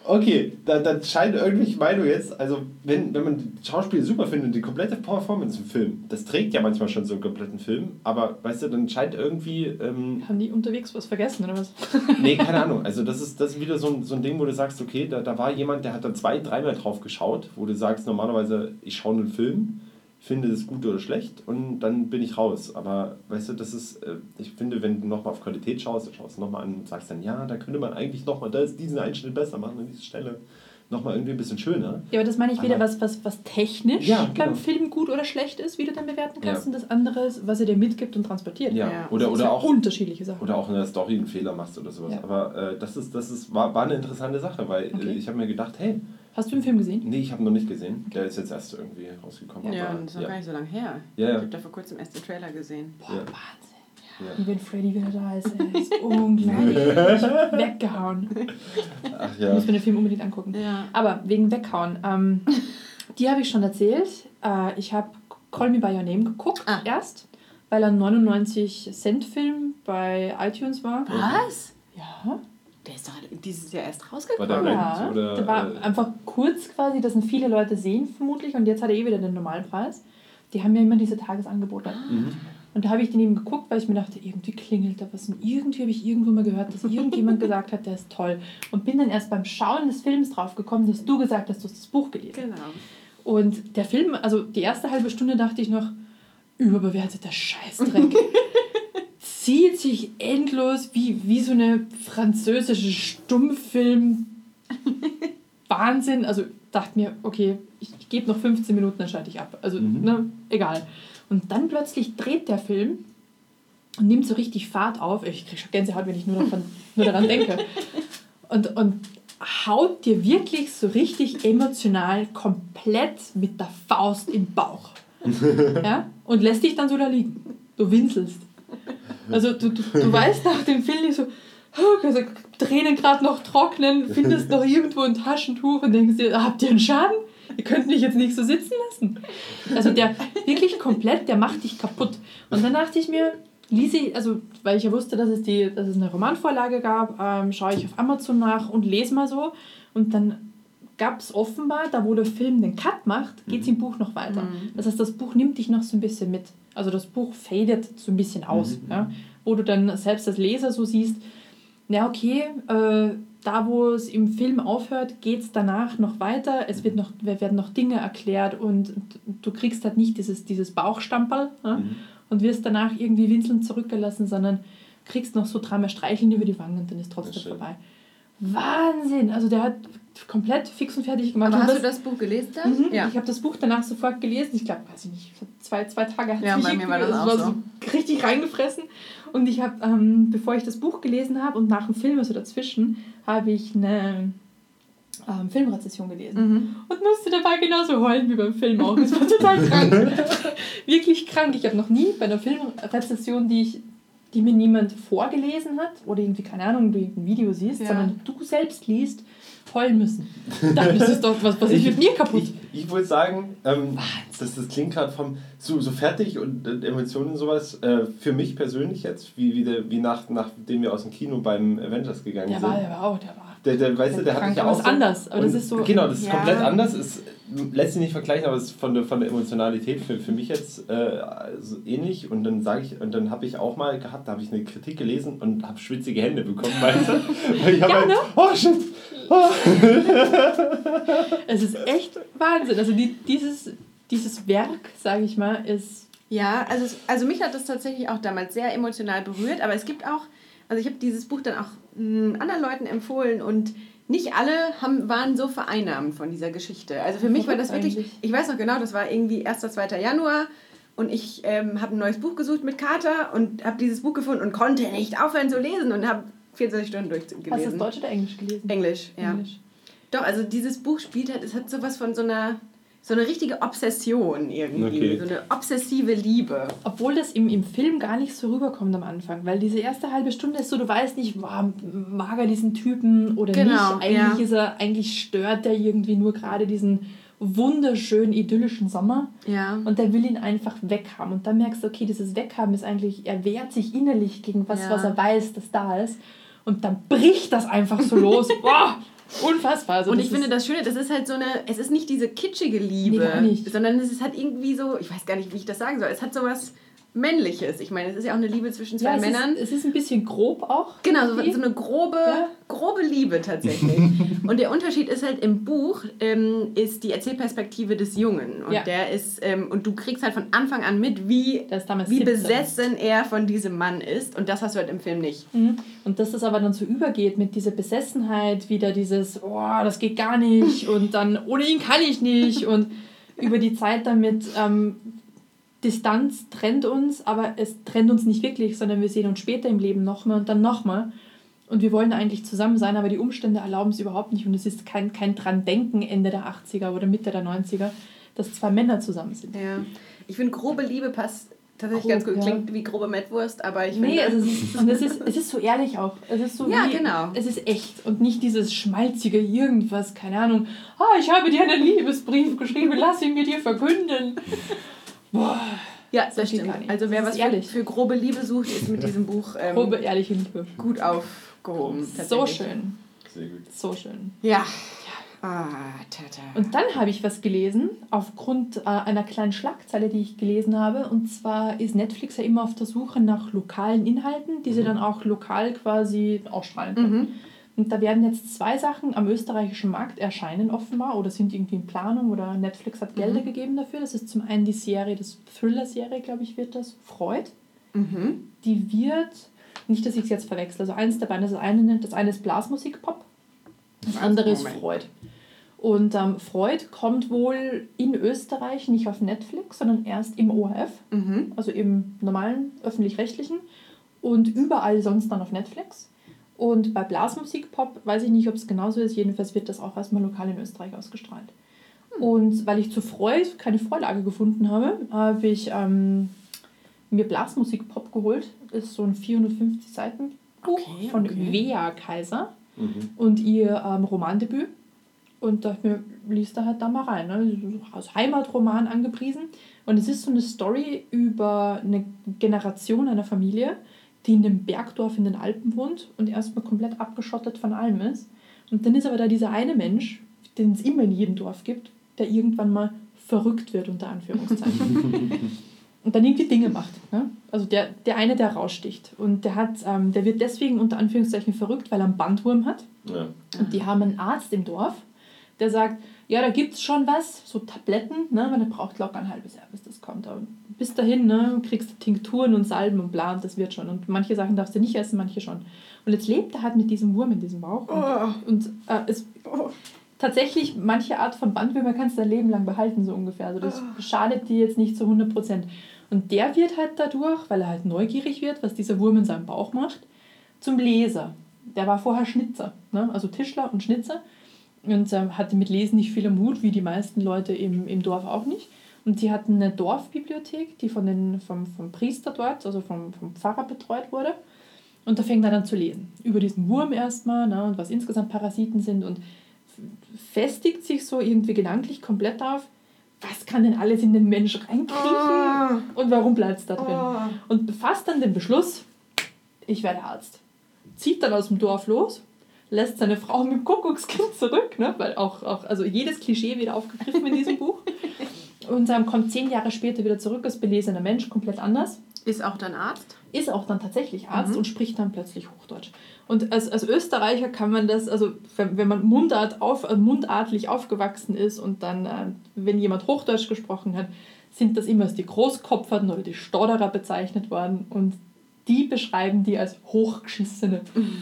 Okay, dann scheint irgendwie Meinung jetzt, also wenn man die Schauspieler super findet, die komplette Performance im Film, das trägt ja manchmal schon so einen kompletten Film, aber weißt du, dann scheint irgendwie... Haben die unterwegs was vergessen oder was? Nee, keine Ahnung, also das ist wieder so ein Ding, wo du sagst, okay, da war jemand, der hat da 2-3 Mal drauf geschaut, wo du sagst, normalerweise, ich schaue einen Film, finde das gut oder schlecht und dann bin ich raus. Aber weißt du, das ist, ich finde, wenn du nochmal auf Qualität schaust, dann schaust du nochmal an und sagst dann, ja, da könnte man eigentlich nochmal diesen Einschnitt besser machen an dieser Stelle. Nochmal irgendwie ein bisschen schöner. Ja, aber das meine ich wieder, was technisch beim Film gut oder schlecht ist, wie du dann bewerten kannst, und das andere ist, was er dir mitgibt und transportiert. Ja. Oder auch unterschiedliche Sachen. Oder auch in der Story einen Fehler machst oder sowas. Ja. Aber war eine interessante Sache, weil ich habe mir gedacht, hey... Hast du den Film gesehen? Nee, ich habe ihn noch nicht gesehen. Okay. Der ist jetzt erst irgendwie rausgekommen. Ja, und das ist noch gar nicht so lange her. Ja. Ich habe da vor kurzem erst den Trailer gesehen. Boah, Wahnsinn. Ja. Und wenn Freddy wieder da ist, er ist unglaublich weggehauen. Ach ja. Ich muss mir den Film unbedingt angucken. Ja. Aber wegen Weghauen, die habe ich schon erzählt. Ich habe Call Me By Your Name geguckt erst, weil er ein 99-Cent-Film bei iTunes war. Was? Ja. Der ist doch dieses Jahr erst rausgekommen. Der war einfach kurz quasi, das sind viele Leute sehen vermutlich, und jetzt hat er wieder den normalen Preis. Die haben ja immer diese Tagesangebote. Und da habe ich den eben geguckt, weil ich mir dachte, irgendwie klingelt da was. Und irgendwie habe ich irgendwo mal gehört, dass irgendjemand gesagt hat, der ist toll. Und bin dann erst beim Schauen des Films drauf gekommen, dass du gesagt hast, du hast das Buch gelesen. Genau. Und der Film, also die erste halbe Stunde dachte ich noch, überbewerteter Scheißdreck. Zieht sich endlos wie so eine französische Stummfilm. Wahnsinn. Also dachte mir, okay, ich gebe noch 15 Minuten, dann schalte ich ab. Also, egal. Und dann plötzlich dreht der Film und nimmt so richtig Fahrt auf. Ich kriege schon Gänsehaut, wenn ich nur daran denke. Und haut dir wirklich so richtig emotional komplett mit der Faust im Bauch. Ja? Und lässt dich dann so da liegen. Du winselst. Also du weißt nach dem Film nicht so, also Tränen gerade noch trocknen, findest noch irgendwo ein Taschentuch und denkst dir, habt ihr einen Schaden? Ihr könnt mich jetzt nicht so sitzen lassen. Also der wirklich komplett, der macht dich kaputt. Und dann dachte ich mir, weil ich ja wusste, dass es eine Romanvorlage gab, schaue ich auf Amazon nach und lese mal so. Und dann gab es offenbar, da wo der Film den Cut macht, geht es im Buch noch weiter. Das heißt, das Buch nimmt dich noch so ein bisschen mit. Also das Buch fadet so ein bisschen aus. Ja? Wo du dann selbst als Leser so siehst, ja okay, da wo es im Film aufhört, geht es danach noch weiter. Werden noch Dinge erklärt und du kriegst halt nicht dieses Bauchstamperl und wirst danach irgendwie winselnd zurückgelassen, sondern kriegst noch so dreimal Streicheln über die Wangen und dann ist trotzdem vorbei. Wahnsinn! Also der hat komplett fix und fertig gemacht. Aber hast du das Buch gelesen dann? Ja. Ich habe das Buch danach sofort gelesen. Ich glaube, weiß ich nicht, zwei Tage hat es mich bei mir war das auch so richtig reingefressen. Und ich habe, bevor ich das Buch gelesen habe und nach dem Film, also dazwischen, habe ich eine Filmrezession gelesen. Und musste dabei genauso heulen wie beim Film auch. Das war total krank. Wirklich krank. Ich habe noch nie bei einer Filmrezession, die mir niemand vorgelesen hat oder irgendwie, keine Ahnung, du irgendein Video siehst, sondern du selbst liest, heulen müssen. Das ist doch was ist mit mir kaputt. Ich würde sagen, das klingt gerade vom so fertig und Emotionen und sowas, für mich persönlich jetzt, wie nachdem wir aus dem Kino beim Avengers gegangen sind. Der war Der hat sich ja auch so, anders, aber das ist so... Genau, das ist komplett anders. Es lässt sich nicht vergleichen, aber es ist von der Emotionalität für mich jetzt so ähnlich. Und dann habe ich auch mal gehabt, da habe ich eine Kritik gelesen und habe schwitzige Hände bekommen, weißt du? Weil ich habe oh shit! Oh. Es ist echt Wahnsinn. Also dieses Werk, sage ich mal, ist... Ja, also mich hat das tatsächlich auch damals sehr emotional berührt, aber es gibt auch... Also ich habe dieses Buch dann auch anderen Leuten empfohlen und nicht alle waren so vereinnahmt von dieser Geschichte. Also für mich war das wirklich, ich weiß noch genau, das war irgendwie 1. 2. Januar und ich habe ein neues Buch gesucht mit Kater und habe dieses Buch gefunden und konnte nicht aufhören zu lesen und habe 24 Stunden durchgelesen. Hast du das Deutsch oder Englisch gelesen? Englisch, ja. Englisch. Doch, also dieses Buch es hat sowas von so eine richtige Obsession irgendwie, so eine obsessive Liebe. Obwohl das im Film gar nicht so rüberkommt am Anfang, weil diese erste halbe Stunde ist so, du weißt nicht, mag er diesen Typen oder nicht. Eigentlich stört der irgendwie nur gerade diesen wunderschönen, idyllischen Sommer und der will ihn einfach weghaben. Und dann merkst du, okay, dieses Weghaben ist eigentlich, er wehrt sich innerlich gegen was er weiß, das da ist und dann bricht das einfach so los. Boah! Unfassbar. Also und ich finde das Schöne, das ist halt so eine, es ist nicht diese kitschige Liebe, sondern es ist halt irgendwie so, ich weiß gar nicht, wie ich das sagen soll, es hat sowas Männliches. Ich meine, es ist ja auch eine Liebe zwischen zwei Männern. Es ist ein bisschen grob auch. Genau, so eine grobe Liebe tatsächlich. Und der Unterschied ist halt im Buch, ist die Erzählperspektive des Jungen. Und der ist, und du kriegst halt von Anfang an mit, wie besessen er von diesem Mann ist. Und das hast du halt im Film nicht. Und dass das aber dann so übergeht mit dieser Besessenheit, wieder dieses, das geht gar nicht und dann, ohne ihn kann ich nicht. Und über die Zeit damit... Distanz trennt uns, aber es trennt uns nicht wirklich, sondern wir sehen uns später im Leben nochmal und dann nochmal. Und wir wollen eigentlich zusammen sein, aber die Umstände erlauben es überhaupt nicht. Und es ist kein dran denken Ende der 80er oder Mitte der 90er, dass zwei Männer zusammen sind. Ja, ich finde, grobe Liebe passt tatsächlich ganz gut. Klingt wie grobe Mettwurst, aber ich finde... Nee, es ist so ehrlich auch. Es ist so genau. Es ist echt und nicht dieses schmalzige irgendwas, keine Ahnung. Ich habe dir einen Liebesbrief geschrieben, lass ihn mir dir verkünden. Boah, ja, das stimmt. Also wer was für grobe Liebe sucht, ist mit diesem Buch grobe, ehrliche Liebe gut aufgehoben. So schön. Sehr gut. So schön. Ja. Und dann habe ich was gelesen, aufgrund einer kleinen Schlagzeile, die ich gelesen habe. Und zwar ist Netflix ja immer auf der Suche nach lokalen Inhalten, die sie dann auch lokal quasi ausstrahlen können. Und da werden jetzt 2 Sachen am österreichischen Markt erscheinen offenbar oder sind irgendwie in Planung oder Netflix hat Gelder gegeben dafür. Das ist zum einen die Serie, das Thriller-Serie, glaube ich, wird das, Freud. Die wird, nicht, dass ich es jetzt verwechsel, also eins der beiden, das eine ist Blasmusik-Pop, das andere ist Freud. Und Freud kommt wohl in Österreich nicht auf Netflix, sondern erst im ORF, also im normalen öffentlich-rechtlichen und überall sonst dann auf Netflix. Und bei Blasmusik-Pop weiß ich nicht, ob es genauso ist. Jedenfalls wird das auch erstmal lokal in Österreich ausgestrahlt. Und weil ich zu Freud keine Vorlage gefunden habe, habe ich mir Blasmusik-Pop geholt. Das ist so ein 450 Seiten Buch von Wea Kaiser und ihr Romandebüt. Und dachte mir, liest da halt da mal rein. Ne? Als Heimatroman angepriesen. Und es ist so eine Story über eine Generation einer Familie, die in einem Bergdorf in den Alpen wohnt und erstmal komplett abgeschottet von allem ist. Und dann ist aber da dieser eine Mensch, den es immer in jedem Dorf gibt, der irgendwann mal verrückt wird, unter Anführungszeichen. Und dann irgendwie Dinge macht. Ne? Also der eine, der raussticht. Und der wird deswegen unter Anführungszeichen verrückt, weil er einen Bandwurm hat. Ja. Und die haben einen Arzt im Dorf, der sagt, ja, da gibt es schon was, so Tabletten, ne, weil der braucht locker ein halbes Jahr, bis das kommt. Aber bis dahin kriegst du Tinkturen und Salben und bla, und das wird schon. Und manche Sachen darfst du nicht essen, manche schon. Und jetzt lebt er halt mit diesem Wurm in diesem Bauch. Tatsächlich, manche Art von Bandwürmer kannst du dein Leben lang behalten, so ungefähr. Also das schadet dir jetzt nicht zu 100%. Und der wird halt dadurch, weil er halt neugierig wird, was dieser Wurm in seinem Bauch macht, zum Leser. Der war vorher Schnitzer, ne? Also Tischler und Schnitzer. Und hatte mit Lesen nicht viel Mut, wie die meisten Leute im Dorf auch nicht. Und sie hatten eine Dorfbibliothek, die vom Priester dort, also vom Pfarrer betreut wurde. Und da fängt er dann zu lesen. Über diesen Wurm erstmal, ne, und was insgesamt Parasiten sind. Und festigt sich so irgendwie gedanklich komplett auf, was kann denn alles in den Mensch reinkriechen und warum bleibt es da drin. Und fasst dann den Beschluss, ich werde Arzt. Zieht dann aus dem Dorf los, lässt seine Frau mit dem Kuckuckskind zurück, ne? Weil auch also jedes Klischee wird aufgegriffen in diesem Buch. Und kommt 10 Jahre später wieder zurück als belesener Mensch, komplett anders. Ist auch dann Arzt? Ist auch dann tatsächlich Arzt und spricht dann plötzlich Hochdeutsch. Und als Österreicher kann man das, also wenn man mundartlich aufgewachsen ist und dann, wenn jemand Hochdeutsch gesprochen hat, sind das immer als die Großkopferten oder die Stodderer bezeichnet worden und die beschreiben die als Hochgeschissene.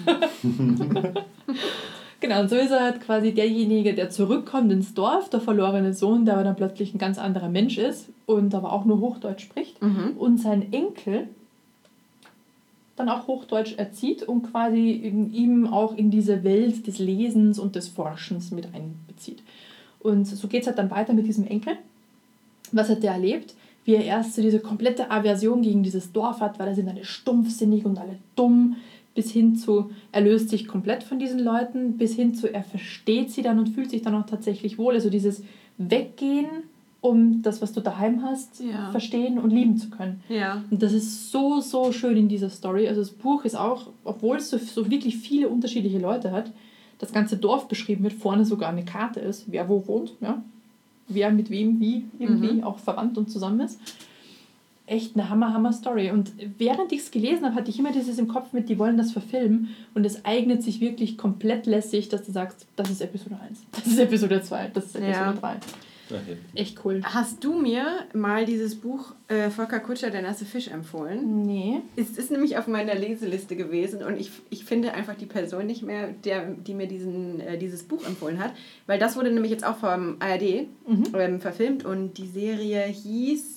Genau, und so ist er halt quasi derjenige, der zurückkommt ins Dorf, der verlorene Sohn, der aber dann plötzlich ein ganz anderer Mensch ist und aber auch nur Hochdeutsch spricht und sein Enkel dann auch Hochdeutsch erzieht und quasi ihm auch in diese Welt des Lesens und des Forschens mit einbezieht. Und so geht es halt dann weiter mit diesem Enkel. Was hat der erlebt? Wie er erst so diese komplette Aversion gegen dieses Dorf hat, weil da sind alle stumpfsinnig und alle dumm, bis hin zu, er löst sich komplett von diesen Leuten, bis hin zu, er versteht sie dann und fühlt sich dann auch tatsächlich wohl. Also dieses Weggehen, um das, was du daheim hast, verstehen und lieben zu können. Ja. Und das ist so, so schön in dieser Story. Also das Buch ist auch, obwohl es so wirklich viele unterschiedliche Leute hat, das ganze Dorf beschrieben wird, vorne sogar eine Karte ist, wer wo wohnt, ja. Wer mit wem wie irgendwie auch verwandt und zusammen ist. Echt eine Hammer-Story. Und während ich es gelesen habe, hatte ich immer dieses im Kopf mit, die wollen das verfilmen und es eignet sich wirklich komplett lässig, dass du sagst, das ist Episode 1, das ist Episode 2, das ist Episode 3. Okay. Echt cool. Hast du mir mal dieses Buch Volker Kutscher, Der nasse Fisch empfohlen? Nee. Es ist nämlich auf meiner Leseliste gewesen und ich finde einfach die Person nicht mehr, die mir dieses Buch empfohlen hat, weil das wurde nämlich jetzt auch vom ARD verfilmt und die Serie hieß,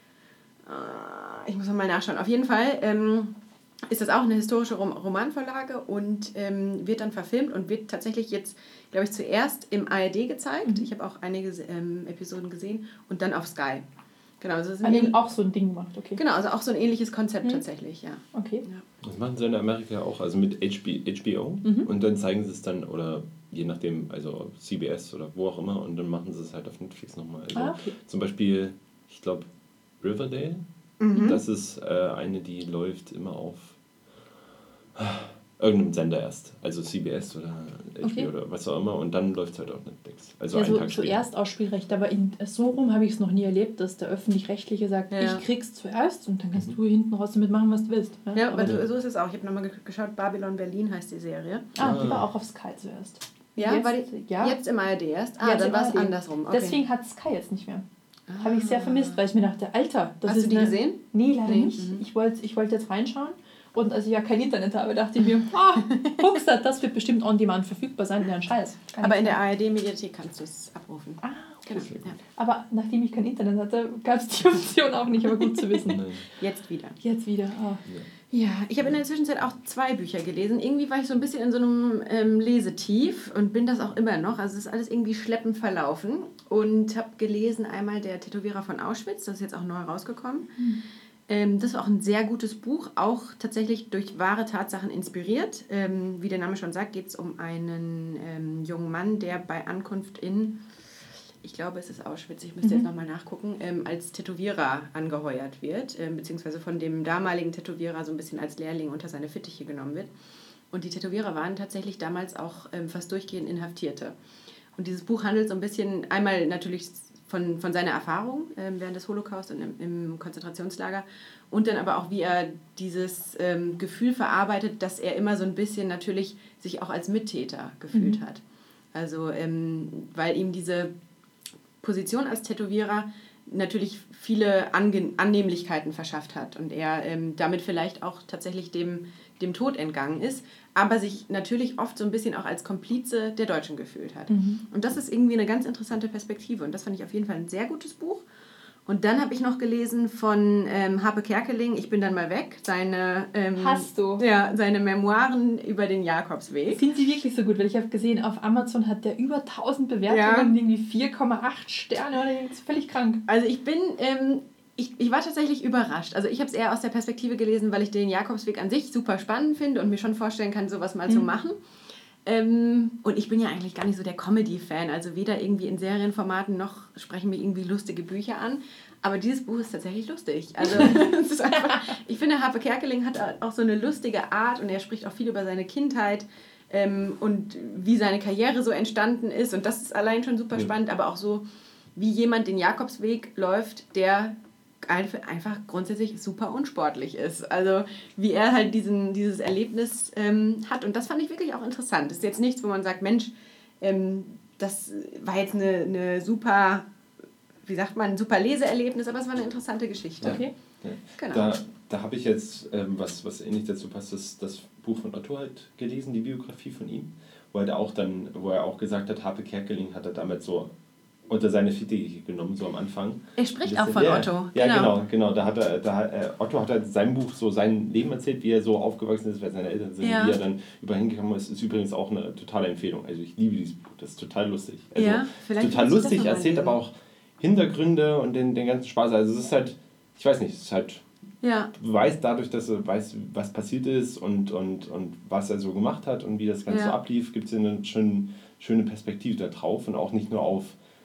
ich muss noch mal nachschauen, auf jeden Fall ist das auch eine historische Romanvorlage und wird dann verfilmt und wird tatsächlich jetzt, glaube ich, zuerst im ARD gezeigt. Ich habe auch einige Episoden gesehen und dann auf Sky. Genau, also das ist auch so ein Ding gemacht, okay. Genau, also auch so ein ähnliches Konzept tatsächlich, ja. Okay. Ja. Das machen sie in Amerika auch, also mit HBO und dann zeigen sie es dann, oder je nachdem, also CBS oder wo auch immer und dann machen sie es halt auf Netflix nochmal. Also okay. Zum Beispiel, ich glaube, Riverdale, das ist eine, die läuft immer auf irgendeinem Sender erst, also CBS oder HBO oder was auch immer und dann läuft es halt auf Netflix. Also einen Tag später. Zuerst Ausspielrecht, aber so rum habe ich es noch nie erlebt, dass der Öffentlich-Rechtliche sagt, ich krieg's zuerst und dann kannst du hinten raus damit machen, was du willst. Ja, aber so ist es auch. Ich habe nochmal geschaut, Babylon Berlin heißt die Serie. Die war auch auf Sky zuerst. Ja, jetzt im ARD erst? Dann war es andersrum. Okay. Deswegen hat Sky jetzt nicht mehr. Habe ich sehr vermisst, weil ich mir dachte, Alter, das Hast ist du die gesehen? Nee, leider nicht. Ich wollte jetzt reinschauen und als ich ja kein Internet habe, dachte ich mir, Huxat, das wird bestimmt on demand verfügbar sein, ja ein Scheiß. Aber in der ARD-Mediathek kannst du es abrufen. Okay. Genau. Ja. Aber nachdem ich kein Internet hatte, gab es die Option auch nicht, aber gut zu wissen. Jetzt wieder. Ja, ich habe in der Zwischenzeit auch 2 Bücher gelesen. Irgendwie war ich so ein bisschen in so einem Lesetief und bin das auch immer noch. Also es ist alles irgendwie schleppend verlaufen. Und habe gelesen einmal Der Tätowierer von Auschwitz, das ist jetzt auch neu rausgekommen. Das war auch ein sehr gutes Buch, auch tatsächlich durch wahre Tatsachen inspiriert. Wie der Name schon sagt, geht es um einen jungen Mann, der bei Ankunft in, ich glaube es ist Auschwitz, ich müsste jetzt nochmal nachgucken, als Tätowierer angeheuert wird, beziehungsweise von dem damaligen Tätowierer so ein bisschen als Lehrling unter seine Fittiche genommen wird. Und die Tätowierer waren tatsächlich damals auch fast durchgehend Inhaftierte. Und dieses Buch handelt so ein bisschen, einmal natürlich von seiner Erfahrung während des Holocaust und im Konzentrationslager und dann aber auch, wie er dieses Gefühl verarbeitet, dass er immer so ein bisschen natürlich sich auch als Mittäter gefühlt hat. Also, weil ihm diese Position als Tätowierer natürlich viele Annehmlichkeiten verschafft hat und er damit vielleicht auch tatsächlich dem Tod entgangen ist, aber sich natürlich oft so ein bisschen auch als Komplize der Deutschen gefühlt hat. Und das ist irgendwie eine ganz interessante Perspektive und das fand ich auf jeden Fall ein sehr gutes Buch. Und dann habe ich noch gelesen von Harpe Kerkeling, Ich bin dann mal weg, Hast du? Ja, seine Memoiren über den Jakobsweg. Sind sie wirklich so gut? Weil ich habe gesehen, auf Amazon hat der über 1000 Bewertungen, irgendwie 4,8 Sterne oder das ist völlig krank. Also ich bin, ich war tatsächlich überrascht. Also ich habe es eher aus der Perspektive gelesen, weil ich den Jakobsweg an sich super spannend finde und mir schon vorstellen kann, sowas mal zu machen. Und ich bin ja eigentlich gar nicht so der Comedy-Fan, also weder irgendwie in Serienformaten noch sprechen mir irgendwie lustige Bücher an. Aber dieses Buch ist tatsächlich lustig. Also es ist einfach, ich finde, Harpe Kerkeling hat auch so eine lustige Art und er spricht auch viel über seine Kindheit und wie seine Karriere so entstanden ist. Und das ist allein schon super spannend, aber auch so, wie jemand den Jakobsweg läuft, der einfach grundsätzlich super unsportlich ist. Also wie er halt dieses Erlebnis hat. Und das fand ich wirklich auch interessant. Das ist jetzt nichts, wo man sagt, Mensch, das war jetzt eine super, wie sagt man, ein super Leseerlebnis, aber es war eine interessante Geschichte. Ja. Okay. Ja. Genau. Da habe ich jetzt, was ähnlich dazu passt, das Buch von Otto halt gelesen, die Biografie von ihm, wo er auch gesagt hat, Harpe Kerkeling hat er damals so unter seine Fittiche genommen, so am Anfang. Er spricht auch von Otto. Ja, genau. Otto hat halt in seinem Buch so sein Leben erzählt, wie er so aufgewachsen ist, wer seine Eltern sind, wie er dann überhingekommen ist. Ist übrigens auch eine totale Empfehlung. Also ich liebe dieses Buch, das ist total lustig. Also total lustig, erzählt aber auch Hintergründe und den ganzen Spaß. Also es ist halt, ich weiß nicht, es ist halt, du weißt dadurch, dass er weiß, was passiert ist und was er so gemacht hat und wie das Ganze so ablief, gibt es eine schöne Perspektive da drauf und auch nicht nur auf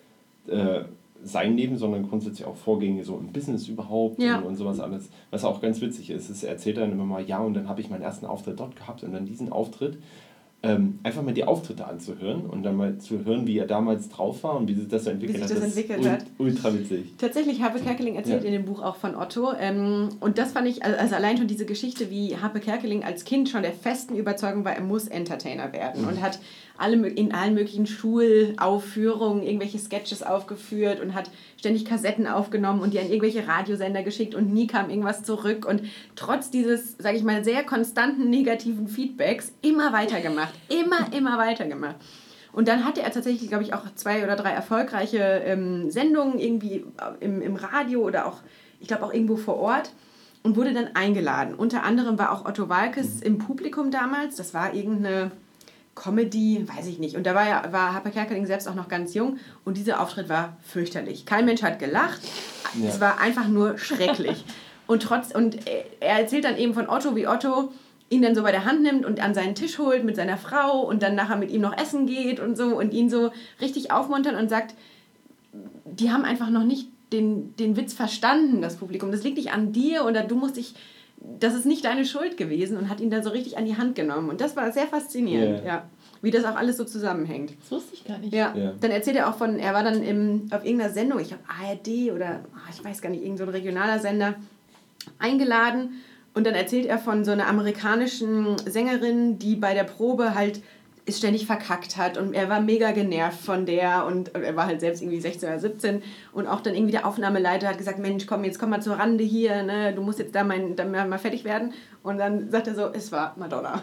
sein Leben, sondern grundsätzlich auch Vorgänge so im Business überhaupt und sowas alles, was auch ganz witzig ist. Er erzählt dann immer mal, und dann habe ich meinen ersten Auftritt dort gehabt und dann diesen Auftritt einfach mal die Auftritte anzuhören und dann mal zu hören, wie er damals drauf war und wie sich das so entwickelt hat. Ultra witzig. Tatsächlich, Harpe Kerkeling erzählt in dem Buch auch von Otto. Und das fand ich, also allein schon diese Geschichte, wie Harpe Kerkeling als Kind schon der festen Überzeugung war, er muss Entertainer werden. Und hat in allen möglichen Schulaufführungen irgendwelche Sketches aufgeführt und hat ständig Kassetten aufgenommen und die an irgendwelche Radiosender geschickt und nie kam irgendwas zurück. Und trotz dieses, sage ich mal, sehr konstanten negativen Feedbacks immer weitergemacht. Immer weitergemacht. Und dann hatte er tatsächlich, glaube ich, auch 2 oder 3 erfolgreiche Sendungen irgendwie im Radio oder auch, ich glaube, auch irgendwo vor Ort und wurde dann eingeladen. Unter anderem war auch Otto Waalkes im Publikum damals. Das war irgendeine Comedy, weiß ich nicht. Und da war Harpe Kerkeling selbst auch noch ganz jung und dieser Auftritt war fürchterlich. Kein Mensch hat gelacht. Ja. Es war einfach nur schrecklich. Und er erzählt dann eben von Otto, wie Otto ihn dann so bei der Hand nimmt und an seinen Tisch holt mit seiner Frau und dann nachher mit ihm noch essen geht und so und ihn so richtig aufmuntern und sagt, die haben einfach noch nicht den Witz verstanden, das Publikum. Das liegt nicht an dir oder das ist nicht deine Schuld gewesen und hat ihn dann so richtig an die Hand genommen. Und das war sehr faszinierend, ja. Wie das auch alles so zusammenhängt. Das wusste ich gar nicht. Ja. Dann erzählt er auch er war dann auf irgendeiner Sendung, ich glaube ARD oder ich weiß gar nicht, irgend so ein regionaler Sender, eingeladen. Und dann erzählt er von so einer amerikanischen Sängerin, die bei der Probe halt es ständig verkackt hat und er war mega genervt von der und er war halt selbst irgendwie 16 oder 17 und auch dann irgendwie der Aufnahmeleiter hat gesagt, Mensch, komm mal zur Rande hier, ne? Du musst jetzt da mal fertig werden und dann sagt er so, es war Madonna.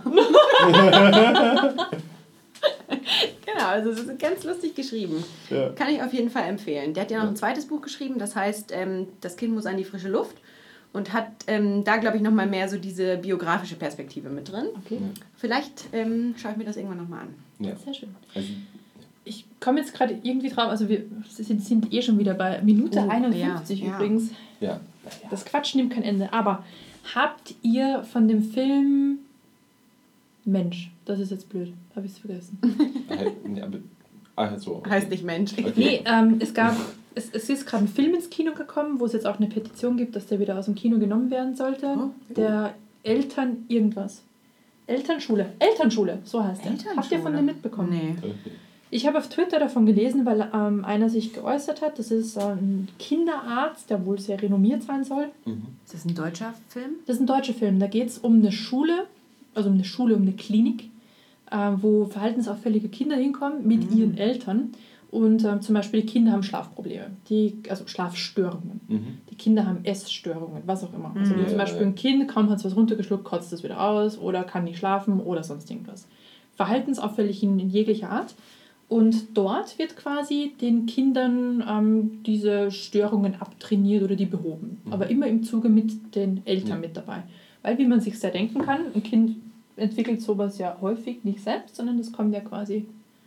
Genau, also es ist ganz lustig geschrieben. Ja. Kann ich auf jeden Fall empfehlen. Der hat ja noch ein zweites Buch geschrieben, das heißt, das Kind muss an die frische Luft. Und hat da, glaube ich, nochmal mehr so diese biografische Perspektive mit drin. Okay. Vielleicht schaue ich mir das irgendwann nochmal an. Ja. Sehr schön. Ich komme jetzt gerade irgendwie drauf, also wir sind schon wieder bei Minute 51 übrigens. Ja. Das Quatsch nimmt kein Ende. Aber habt ihr von dem Film Mensch, das ist jetzt blöd, habe ich es vergessen. Heißt nicht Mensch. Okay. Nee, es ist gerade ein Film ins Kino gekommen, wo es jetzt auch eine Petition gibt, dass der wieder aus dem Kino genommen werden sollte. Oh. Der Elternschule, so heißt der. Habt ihr von dem mitbekommen? Nee. Ich habe auf Twitter davon gelesen, weil einer sich geäußert hat. Das ist ein Kinderarzt, der wohl sehr renommiert sein soll. Ist das ein deutscher Film? Das ist ein deutscher Film. Da geht es um eine Schule, um eine Klinik, wo verhaltensauffällige Kinder hinkommen mit ihren Eltern. Und zum Beispiel die Kinder haben Schlafprobleme, also Schlafstörungen. Die Kinder haben Essstörungen, was auch immer. Also zum Beispiel ein Kind, kaum hat es was runtergeschluckt, kotzt es wieder aus oder kann nicht schlafen oder sonst irgendwas. Verhaltensauffällig in jeglicher Art. Und dort wird quasi den Kindern diese Störungen abtrainiert oder die behoben. Aber immer im Zuge mit den Eltern mit dabei. Weil, wie man sich sehr denken kann, ein Kind entwickelt sowas ja häufig nicht selbst, sondern das kommt ja quasi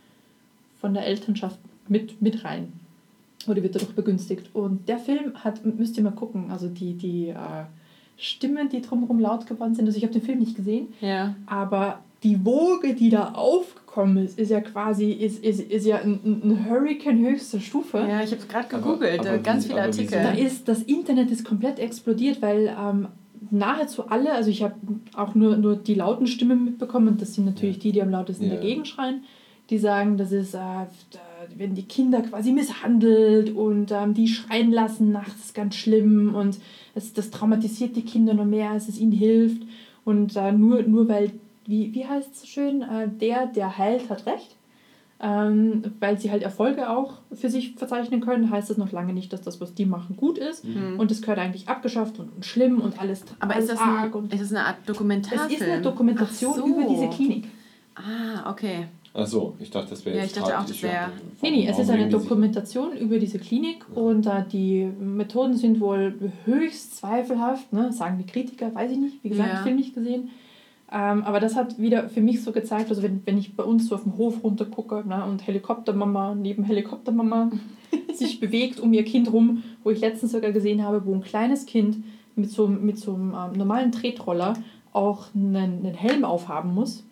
von der Elternschaft mit rein. Oder wird dadurch begünstigt. Und der Film müsst ihr mal gucken, also die Stimmen, die drumherum laut geworden sind. Also ich habe den Film nicht gesehen, aber die Woge, die da aufgekommen ist ja quasi ist ja ein Hurricane höchster Stufe. Ja, ich habe es gerade gegoogelt, ganz viele Artikel. Das Internet ist komplett explodiert, weil nahezu alle, also ich habe auch nur die lauten Stimmen mitbekommen und das sind natürlich die am lautesten dagegen schreien, die sagen, das ist, wenn die Kinder quasi misshandelt und die schreien lassen nachts, ist ganz schlimm und das traumatisiert die Kinder noch mehr, als es ihnen hilft und nur weil, wie heißt es so schön, der heilt, hat recht, weil sie halt Erfolge auch für sich verzeichnen können, heißt das noch lange nicht, dass das, was die machen, gut ist und das gehört eigentlich abgeschafft und schlimm und alles. Aber ist das eine Art Dokumentarfilm? Es ist eine Dokumentation über diese Klinik. Ah, okay. Ach so, ich dachte, das wäre jetzt. Ja, ich dachte auch, das wäre. Nee, es ist eine Dokumentation über diese Klinik und die Methoden sind wohl höchst zweifelhaft, ne? Sagen die Kritiker, weiß ich nicht, wie gesagt, Film nicht gesehen. Aber das hat wieder für mich so gezeigt, also wenn ich bei uns so auf dem Hof runter gucke, ne, und Helikoptermama neben Helikoptermama sich bewegt um ihr Kind rum, wo ich letztens sogar gesehen habe, wo ein kleines Kind mit so einem normalen Tretroller auch einen Helm aufhaben muss.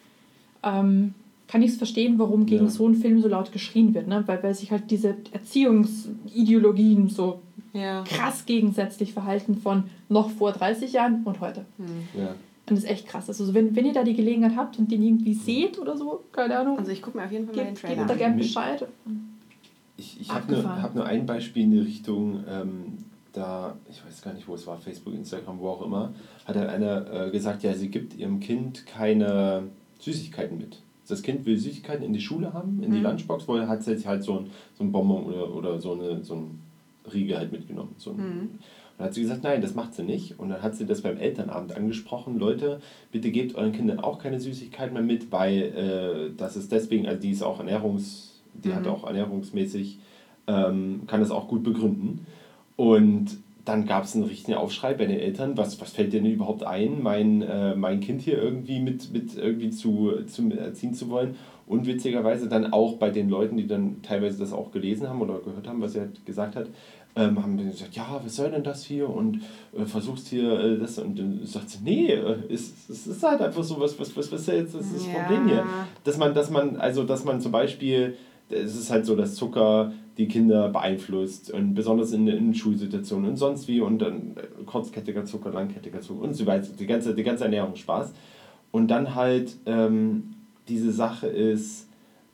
Kann ich es verstehen, warum gegen so einen Film so laut geschrien wird, ne? Weil sich halt diese Erziehungsideologien so krass gegensätzlich verhalten von noch vor 30 Jahren und heute. Und das ist echt krass. Also wenn ihr da die Gelegenheit habt und den irgendwie seht oder so, keine Ahnung. Also ich gucke mir auf jeden Fall mal den Trailer an. Gebt da gerne Bescheid. Ich habe nur ein Beispiel in die Richtung, da, ich weiß gar nicht, wo es war, Facebook, Instagram, wo auch immer, hat halt einer gesagt, ja, sie gibt ihrem Kind keine Süßigkeiten mit. Das Kind will Süßigkeiten in die Schule haben, in die Lunchbox, wo hat sie halt so ein Bonbon oder so ein Riegel halt mitgenommen. Und dann hat sie gesagt, nein, das macht sie nicht. Und dann hat sie das beim Elternabend angesprochen, Leute, bitte gebt euren Kindern auch keine Süßigkeiten mehr mit, weil das ist deswegen, also die ist auch hat auch ernährungsmäßig, kann das auch gut begründen. Und dann gab es einen richtigen Aufschrei bei den Eltern, was fällt denn überhaupt ein, mein Kind hier irgendwie mit irgendwie zu erziehen zu wollen. Und witzigerweise dann auch bei den Leuten, die dann teilweise das auch gelesen haben oder gehört haben, was er gesagt hat, haben die gesagt, ja, was soll denn das hier und versuchst hier das und dann sagt sie, nee, es ist halt einfach so, was ist ja jetzt das Problem hier? Dass man zum Beispiel, es ist halt so, dass Zucker die Kinder beeinflusst und besonders in Schulsituationen und sonst wie und dann kurzkettiger Zucker, langkettiger Zucker und so weiter, die ganze Ernährungsspaß. Und dann halt diese Sache ist,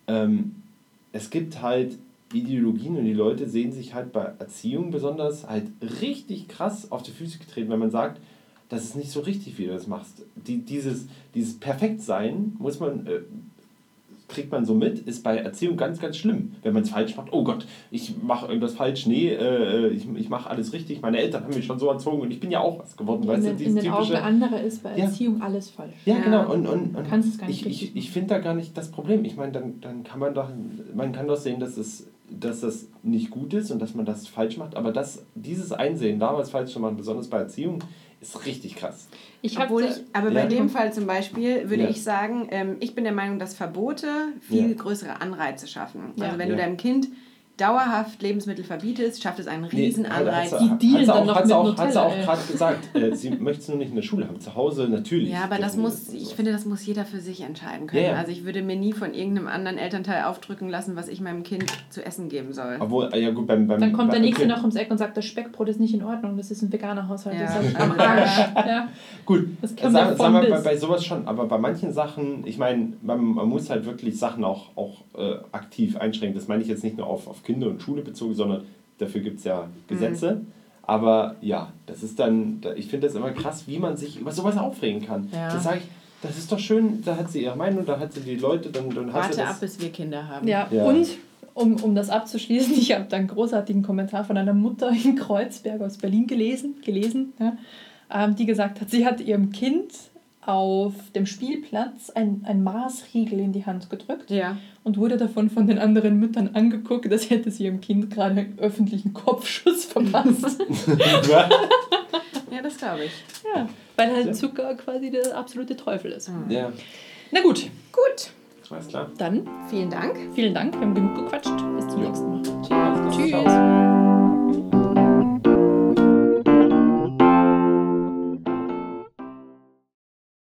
es gibt halt Ideologien und die Leute sehen sich halt bei Erziehung besonders halt richtig krass auf die Füße getreten, wenn man sagt, das ist nicht so richtig, wie du das machst. Dieses Perfektsein kriegt man so mit, ist bei Erziehung ganz, ganz schlimm. Wenn man es falsch macht, oh Gott, ich mache irgendwas falsch, nee, ich mache alles richtig, meine Eltern haben mich schon so erzogen und ich bin ja auch was geworden. Weißt du, in den Augen anderer ist bei Erziehung alles falsch. Ja, genau. Und kannst es gar nicht ich finde da gar nicht das Problem. Ich meine, dann kann man kann doch sehen, dass das nicht gut ist und dass man das falsch macht, aber dieses Einsehen, da was falsch zu machen, besonders bei Erziehung, ist richtig krass. Bei dem Fall zum Beispiel würde ich sagen, ich bin der Meinung, dass Verbote viel größere Anreize schaffen. Also wenn du deinem Kind dauerhaft Lebensmittel verbietest, schafft es einen riesen Anreiz. Die dealen dann noch mit Nutella. Hat sie auch gerade gesagt, sie möchte es nur nicht in der Schule haben, zu Hause natürlich. Ja, aber ich finde, das muss jeder für sich entscheiden können. Ja. Also ich würde mir nie von irgendeinem anderen Elternteil aufdrücken lassen, was ich meinem Kind zu essen geben soll. Obwohl, ja gut, dann kommt der Nächste noch ums Eck und sagt, das Speckbrot ist nicht in Ordnung, das ist ein veganer Haushalt. Das ist am Arsch. Ja. Gut, sagen wir bei sowas schon, aber bei manchen Sachen, ich meine, man muss halt wirklich Sachen auch aktiv einschränken. Das meine ich jetzt nicht nur auf Kinder und Schule bezogen, sondern dafür gibt es ja Gesetze. Aber ja, das ist dann, ich finde das immer krass, wie man sich über sowas aufregen kann. Ja. Da sage ich, das ist doch schön, da hat sie ihre Meinung, da hat sie die Leute, dann hat sie das. Warte ab, bis wir Kinder haben. Ja. Und um das abzuschließen, ich habe da einen großartigen Kommentar von einer Mutter in Kreuzberg aus Berlin gelesen die gesagt hat, sie hat ihrem Kind auf dem Spielplatz ein Maßriegel in die Hand gedrückt und wurde davon von den anderen Müttern angeguckt, als hätte sie ihrem Kind gerade einen öffentlichen Kopfschuss verpasst. Ja, das glaube ich. Ja, weil halt Zucker quasi der absolute Teufel ist. Ja. Na gut. Alles klar. Dann vielen Dank. Vielen Dank, wir haben genug gequatscht. Bis zum nächsten Mal. Tschüss.